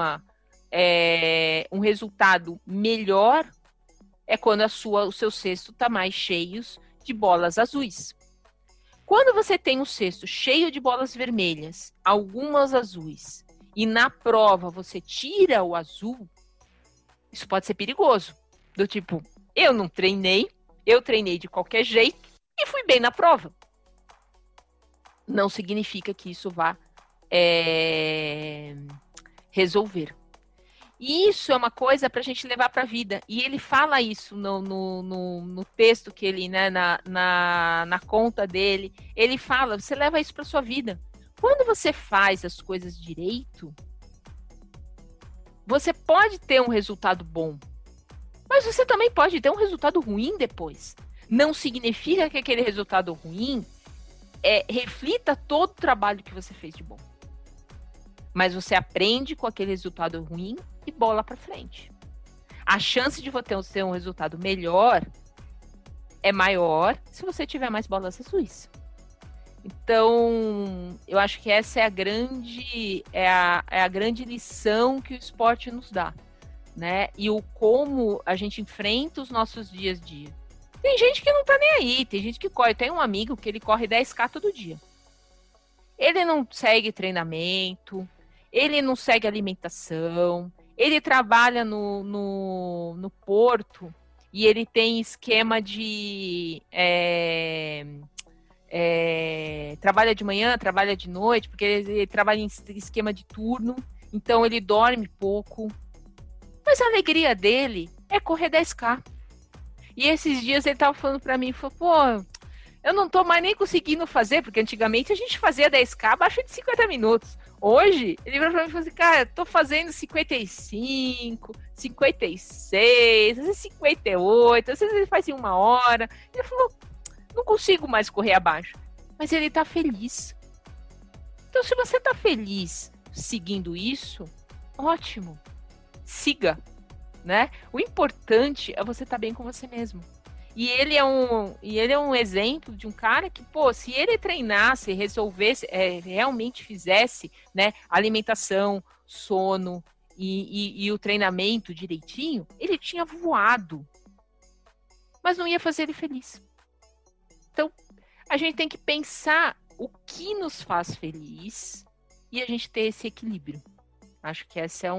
um resultado melhor é quando o seu cesto está mais cheio de bolas azuis. Quando você tem um cesto cheio de bolas vermelhas, algumas azuis, e na prova você tira o azul, isso pode ser perigoso. Do tipo, eu não treinei, eu treinei de qualquer jeito e fui bem na prova. Não significa que isso vá resolver. E isso é uma coisa para a gente levar para a vida. E ele fala isso no texto que ele, né, na conta dele. Ele fala, você leva isso para sua vida. Quando você faz as coisas direito, você pode ter um resultado bom, mas você também pode ter um resultado ruim depois. Não significa que aquele resultado ruim reflita todo o trabalho que você fez de bom. mas você aprende com aquele resultado ruim e bola para frente. A chance de você ter um resultado melhor é maior se você tiver mais bolas azuis. Então, eu acho que essa é a grande lição que o esporte nos dá, né? E o como a gente enfrenta os nossos dias a dia. Tem gente que não tá nem aí, tem gente que corre. Tem um amigo que ele corre 10K todo dia. Ele não segue treinamento, ele não segue alimentação, ele trabalha no porto e ele tem esquema de... trabalha de manhã, trabalha de noite, porque ele trabalha em esquema de turno, então ele dorme pouco. Mas a alegria dele é correr 10K. E esses dias ele tava falando pra mim, falou, pô, eu não tô mais nem conseguindo fazer, porque antigamente a gente fazia 10K abaixo de 50 minutos. Hoje, ele virou pra mim e falou assim, cara, tô fazendo 55, 56, às vezes 58, às vezes ele faz em 1 hora. Ele falou, não consigo mais correr abaixo. Mas ele tá feliz. Então, se você tá feliz seguindo isso, ótimo. Siga, né? O importante é você estar bem com você mesmo. E ele é um exemplo de um cara que, pô, se ele treinasse, resolvesse, realmente fizesse, né, alimentação, sono e o treinamento direitinho, ele tinha voado. Mas não ia fazer ele feliz. Então, a gente tem que pensar o que nos faz feliz e a gente ter esse equilíbrio. Acho que essa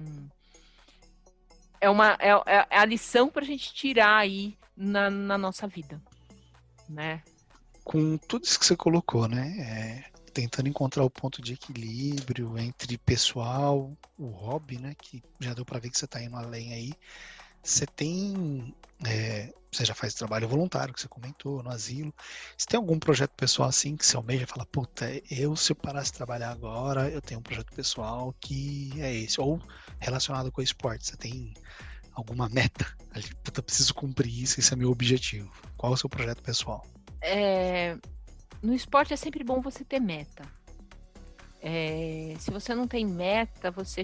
é a lição para a gente tirar aí na nossa vida, né? Com tudo isso que você colocou, né? Tentando encontrar o ponto de equilíbrio entre pessoal, o hobby, né? Que já deu para ver que você está indo além aí. Você tem... você já faz trabalho voluntário, que você comentou, no asilo. Você tem algum projeto pessoal assim que você almeja e fala, puta, se eu parasse de trabalhar agora, eu tenho um projeto pessoal que é esse, ou relacionado com o esporte, você tem alguma meta? Puta, preciso cumprir isso, esse é meu objetivo. Qual é o seu projeto pessoal? No esporte é sempre bom você ter meta. Se você não tem meta, você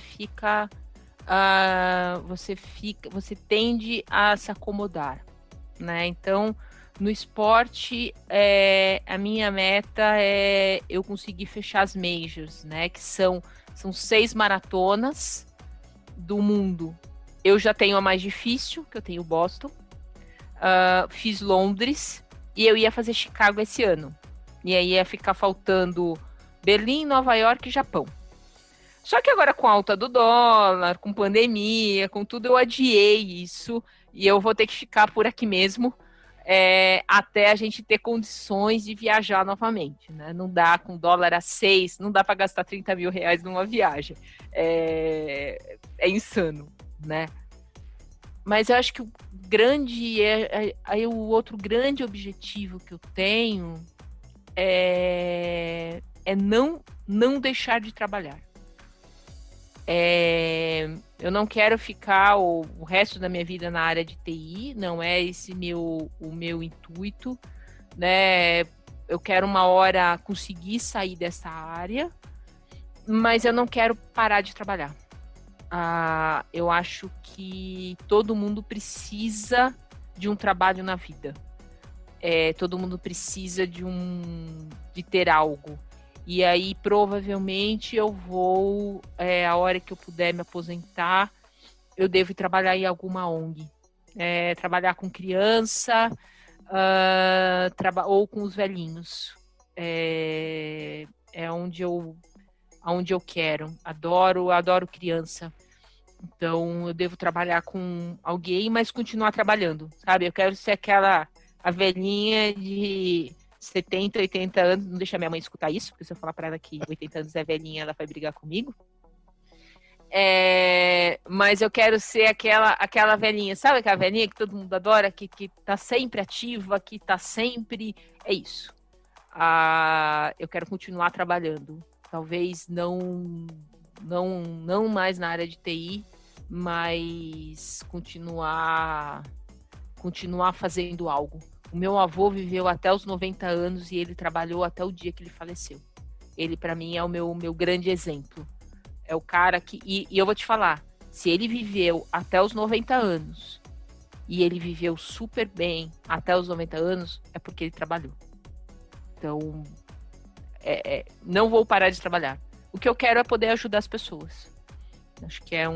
tende a se acomodar, né? Então, no esporte, a minha meta é eu conseguir fechar as majors, né? Que são 6 maratonas do mundo. Eu já tenho a mais difícil, que eu tenho Boston. Fiz Londres e eu ia fazer Chicago esse ano. E aí ia ficar faltando Berlim, Nova York e Japão. Só que agora com a alta do dólar, com pandemia, com tudo, eu adiei isso e eu vou ter que ficar por aqui mesmo até a gente ter condições de viajar novamente, né? Não dá, com dólar a 6, não dá para gastar 30 mil reais numa viagem. É insano, né? Mas eu acho que o outro grande objetivo que eu tenho é não deixar de trabalhar. Eu não quero ficar o resto da minha vida na área de TI, não é esse o meu intuito, né? Eu quero uma hora conseguir sair dessa área, mas eu não quero parar de trabalhar. Eu acho que todo mundo precisa de um trabalho na vida. Todo mundo precisa de ter algo. E aí, provavelmente, eu vou, a hora que eu puder me aposentar, eu devo trabalhar em alguma ONG. Trabalhar com criança ou com os velhinhos. Onde eu quero. Adoro criança. Então, eu devo trabalhar com alguém, mas continuar trabalhando, sabe? Eu quero ser a velhinha de 70, 80 anos, não deixa minha mãe escutar isso, porque se eu falar pra ela que 80 anos é velhinha, ela vai brigar comigo. Mas eu quero ser aquela velhinha, sabe aquela velhinha que todo mundo adora, que tá sempre ativa, que tá sempre... É isso. Eu quero continuar trabalhando. Talvez não mais na área de TI, mas continuar fazendo algo. O meu avô viveu até os 90 anos e ele trabalhou até o dia que ele faleceu. Ele, para mim, é o meu grande exemplo, É o cara que... E eu vou te falar, se ele viveu até os 90 anos e ele viveu super bem até os 90 anos, é porque ele trabalhou. Então, não vou parar de trabalhar. O que eu quero é poder ajudar as pessoas. Acho que é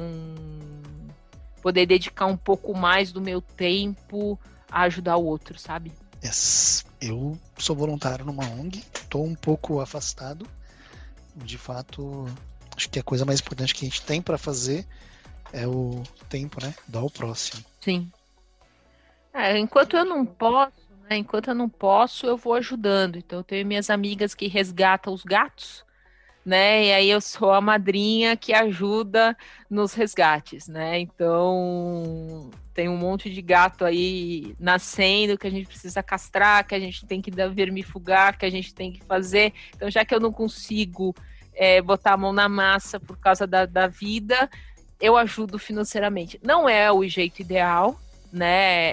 poder dedicar um pouco mais do meu tempo a ajudar o outro, sabe? Yes. Eu sou voluntário numa ONG, estou um pouco afastado. De fato, acho que a coisa mais importante que a gente tem para fazer é o tempo, né? Dar ao próximo. Sim. Enquanto eu não posso, né? Enquanto eu não posso, eu vou ajudando. Então, eu tenho minhas amigas que resgatam os gatos, né? E aí eu sou a madrinha que ajuda nos resgates, né? Então, tem um monte de gato aí nascendo que a gente precisa castrar, que a gente tem que vermifugar, que a gente tem que fazer. Então, já que eu não consigo botar a mão na massa por causa da vida, eu ajudo financeiramente. Não é o jeito ideal, né?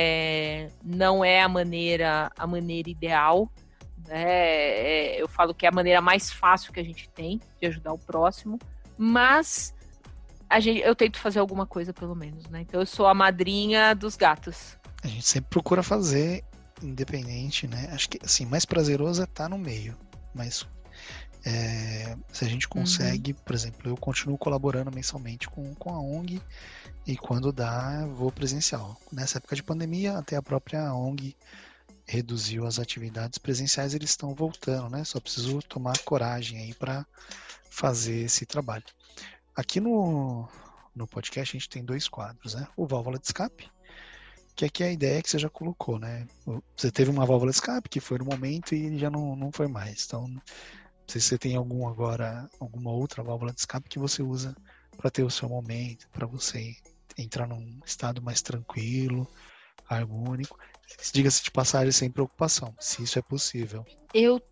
Não é a maneira ideal. Eu falo que é a maneira mais fácil que a gente tem de ajudar o próximo, mas eu tento fazer alguma coisa pelo menos, né? Então eu sou a madrinha dos gatos. A gente sempre procura fazer independente, né? Acho que assim, mais prazeroso é estar no meio, mas se a gente consegue, por exemplo, eu continuo colaborando mensalmente com a ONG e quando dá, eu vou presencial. Nessa época de pandemia, até a própria ONG reduziu as atividades presenciais, eles estão voltando, né? Só preciso tomar coragem aí para fazer esse trabalho. Aqui no podcast a gente tem 2 quadros, né? O válvula de escape, que aqui é a ideia que você já colocou, né? Você teve uma válvula de escape que foi no momento e já não foi mais. Então, não sei se você tem alguma outra válvula de escape que você usa para ter o seu momento, para você entrar num estado mais tranquilo, harmônico. Diga-se de passagem, sem preocupação, se isso é possível. Eu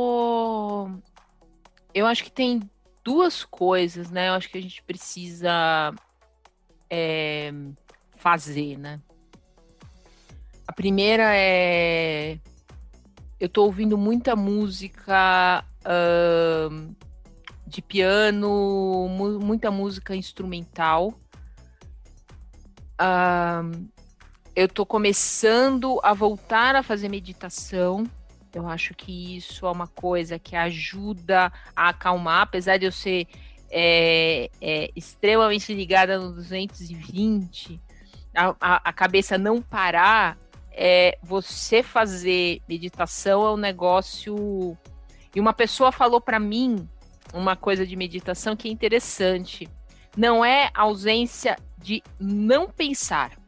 acho que tem 2 coisas, né? Eu acho que a gente precisa fazer, né? A primeira eu tô ouvindo muita música de piano, muita música instrumental. Eu tô começando a voltar a fazer meditação. Eu acho que isso é uma coisa que ajuda a acalmar, apesar de eu ser extremamente ligada no 220, a cabeça não parar, você fazer meditação é um negócio... E uma pessoa falou para mim uma coisa de meditação que é interessante. Não é ausência de não pensar.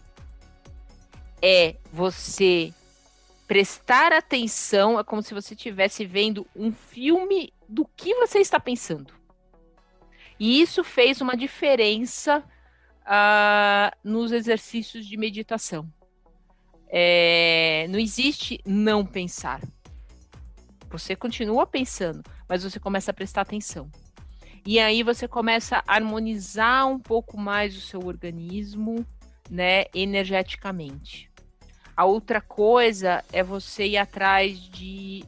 É você prestar atenção, é como se você estivesse vendo um filme do que você está pensando. E isso fez uma diferença nos exercícios de meditação. Não existe não pensar. Você continua pensando, mas você começa a prestar atenção. E aí você começa a harmonizar um pouco mais o seu organismo, né, energeticamente. A outra coisa é você ir atrás de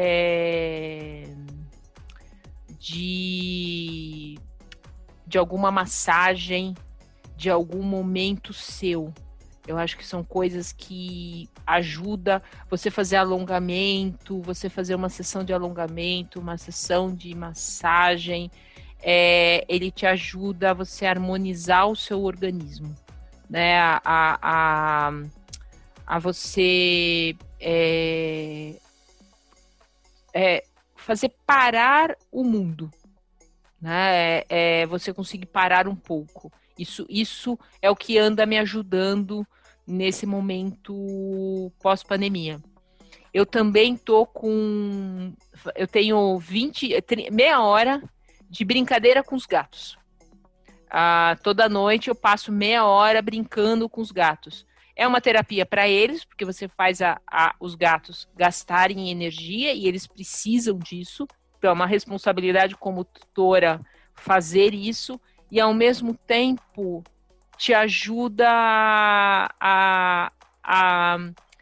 alguma massagem, de algum momento seu. Eu acho que são coisas que ajudam você fazer alongamento, você fazer uma sessão de alongamento, uma sessão de massagem. Ele te ajuda a você harmonizar o seu organismo, né? A você fazer parar o mundo, né? Você conseguir parar um pouco. Isso é o que anda me ajudando nesse momento pós-pandemia. Eu também eu tenho meia hora de brincadeira com os gatos. Toda noite eu passo meia hora brincando com os gatos. É uma terapia para eles, porque você faz os gatos gastarem energia e eles precisam disso. Então é uma responsabilidade como tutora fazer isso. E, ao mesmo tempo, te ajuda a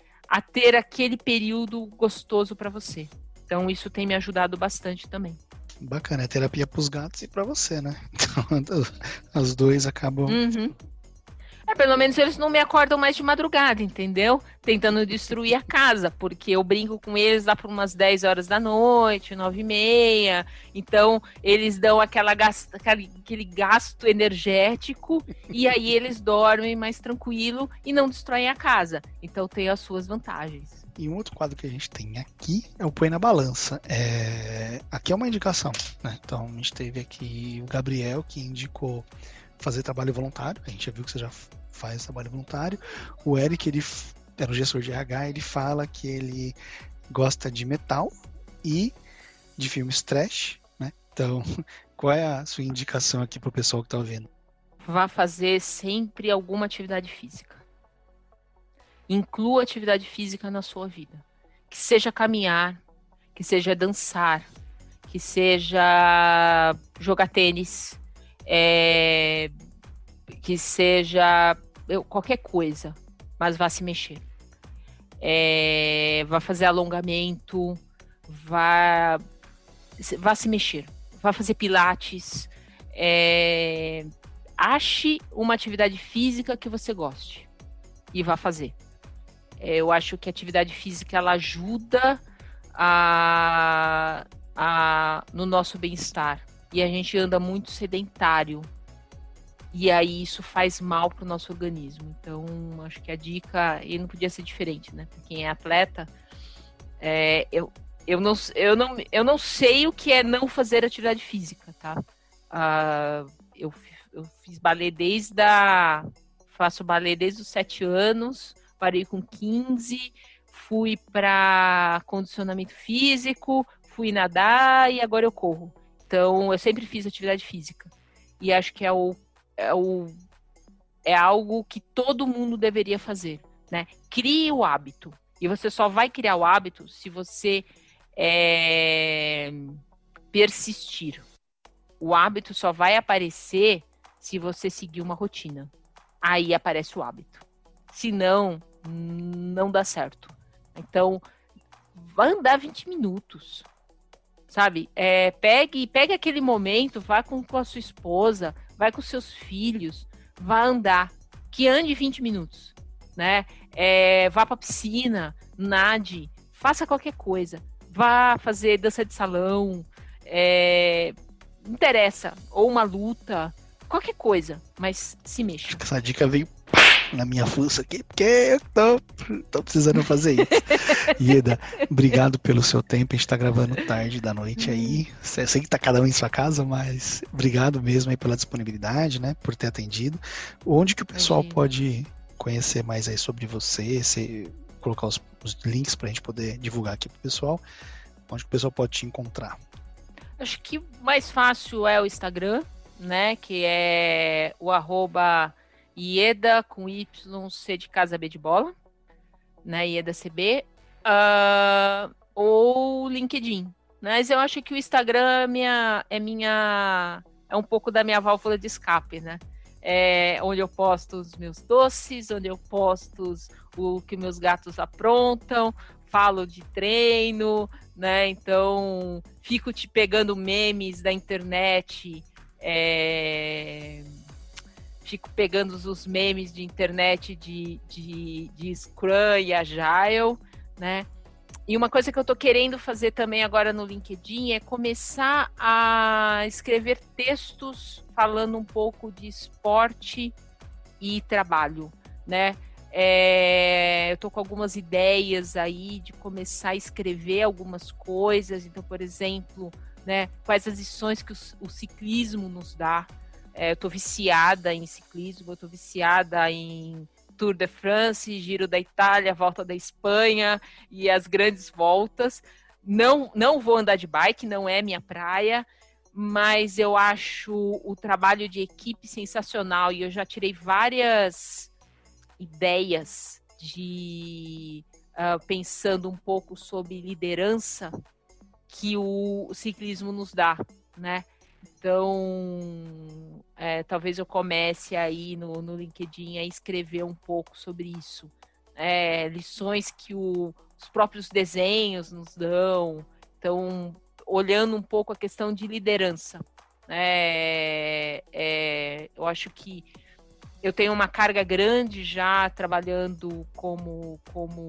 ter aquele período gostoso para você. Então, isso tem me ajudado bastante também. Bacana, é terapia pros gatos e pra você, né? Então, as dois acabam. Uhum. Pelo menos eles não me acordam mais de madrugada, entendeu? Tentando destruir a casa, porque eu brinco com eles lá por umas 10 horas da noite, 9h30. Então, eles dão aquele gasto energético e aí eles dormem mais tranquilo e não destroem a casa. Então, tem as suas vantagens. E um outro quadro que a gente tem aqui é o Põe na Balança. Aqui é uma indicação, né? Então, a gente teve aqui o Gabriel, que indicou fazer trabalho voluntário. A gente já viu que você já faz trabalho voluntário. O Eric, ele era um gestor de RH, ele fala que ele gosta de metal e de filmes trash, né? Então, qual é a sua indicação aqui pro pessoal que tá ouvindo? Vá fazer sempre alguma atividade física. Inclua atividade física na sua vida. Que seja caminhar, que seja dançar, que seja jogar tênis, que seja qualquer coisa, mas vá se mexer. Vá fazer alongamento, vá se mexer, vá fazer pilates, ache uma atividade física que você goste e vá fazer. Eu acho que a atividade física ela ajuda no nosso bem-estar. E a gente anda muito sedentário. E aí isso faz mal para o nosso organismo. Então, acho que a dica, e não podia ser diferente, né? Para quem é atleta, eu não sei o que é não fazer atividade física, tá? Eu fiz balé faço balé desde os 7 anos, parei com 15, fui para condicionamento físico, fui nadar e agora eu corro. Então, eu sempre fiz atividade física. E acho que é algo que todo mundo deveria fazer, né? Crie o hábito. E você só vai criar o hábito se você persistir. O hábito só vai aparecer se você seguir uma rotina. Aí aparece o hábito. Se não, não dá certo. Então, vai andar 20 minutos. Sabe? Pegue aquele momento, vá com a sua esposa, vai com seus filhos, vá andar. Que ande 20 minutos. Né? Vá pra piscina, nade, faça qualquer coisa. Vá fazer dança de salão, não interessa, ou uma luta, qualquer coisa, mas se mexa. Acho que essa dica veio na minha fuça aqui, porque eu tô precisando fazer isso. Ieda, obrigado pelo seu tempo, a gente tá gravando tarde da noite aí, sei que tá cada um em sua casa, mas obrigado mesmo aí pela disponibilidade, né, por ter atendido. Onde que o pessoal pode conhecer mais aí sobre você, colocar os links pra gente poder divulgar aqui pro pessoal, onde que o pessoal pode te encontrar? Acho que o mais fácil é o Instagram, né, que é o @Ieda com Y, C de casa, B de bola, né, Ieda CB, ou LinkedIn. Mas eu acho que o Instagram é um pouco da minha válvula de escape, né? Onde eu posto os meus doces, onde eu posto o que meus gatos aprontam, falo de treino, né? Então, fico te pegando memes da internet, fico pegando os memes de internet de Scrum e Agile, né? E uma coisa que eu tô querendo fazer também agora no LinkedIn é começar a escrever textos falando um pouco de esporte e trabalho, né? Eu tô com algumas ideias aí de começar a escrever algumas coisas. Então, por exemplo, né, quais as lições que o ciclismo nos dá. Eu tô viciada em ciclismo, eu tô viciada em Tour de France, Giro da Itália, Volta da Espanha e as grandes voltas. Não vou andar de bike, não é minha praia, mas eu acho o trabalho de equipe sensacional e eu já tirei várias ideias pensando um pouco sobre liderança que o ciclismo nos dá, né? Então, talvez eu comece aí no LinkedIn a escrever um pouco sobre isso. Lições que os próprios desenhos nos dão. Então, olhando um pouco a questão de liderança. Eu acho que eu tenho uma carga grande já trabalhando como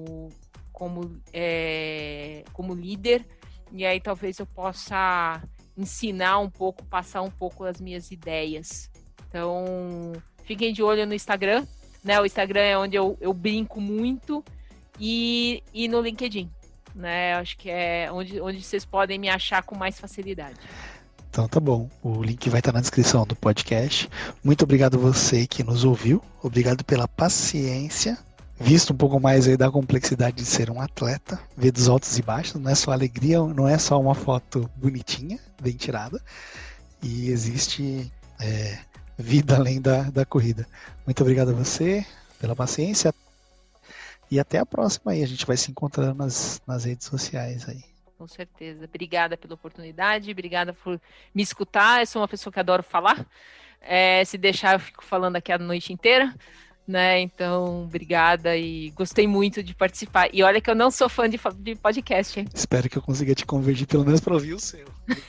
líder, e aí talvez eu possa ensinar um pouco, passar um pouco as minhas ideias. Então, fiquem de olho no Instagram, né? O Instagram é onde eu brinco muito, e no LinkedIn, né? Acho que é onde vocês podem me achar com mais facilidade. Então tá bom, o link vai estar na descrição do podcast. Muito obrigado a você que nos ouviu, obrigado pela paciência, visto um pouco mais aí da complexidade de ser um atleta, ver dos altos e baixos, não é só alegria, não é só uma foto bonitinha, bem tirada, e existe vida além da corrida. Muito obrigado a você pela paciência e até a próxima aí, a gente vai se encontrando nas redes sociais aí. Com certeza. Obrigada pela oportunidade, obrigada por me escutar. Eu sou uma pessoa que adoro falar. Se deixar, eu fico falando aqui a noite inteira, né? Então, obrigada e gostei muito de participar. E olha que eu não sou fã de podcast, hein? Espero que eu consiga te convertir pelo menos para ouvir o seu.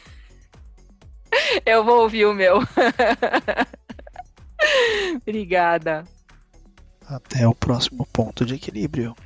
Eu vou ouvir o meu. Obrigada. Até o próximo ponto de equilíbrio.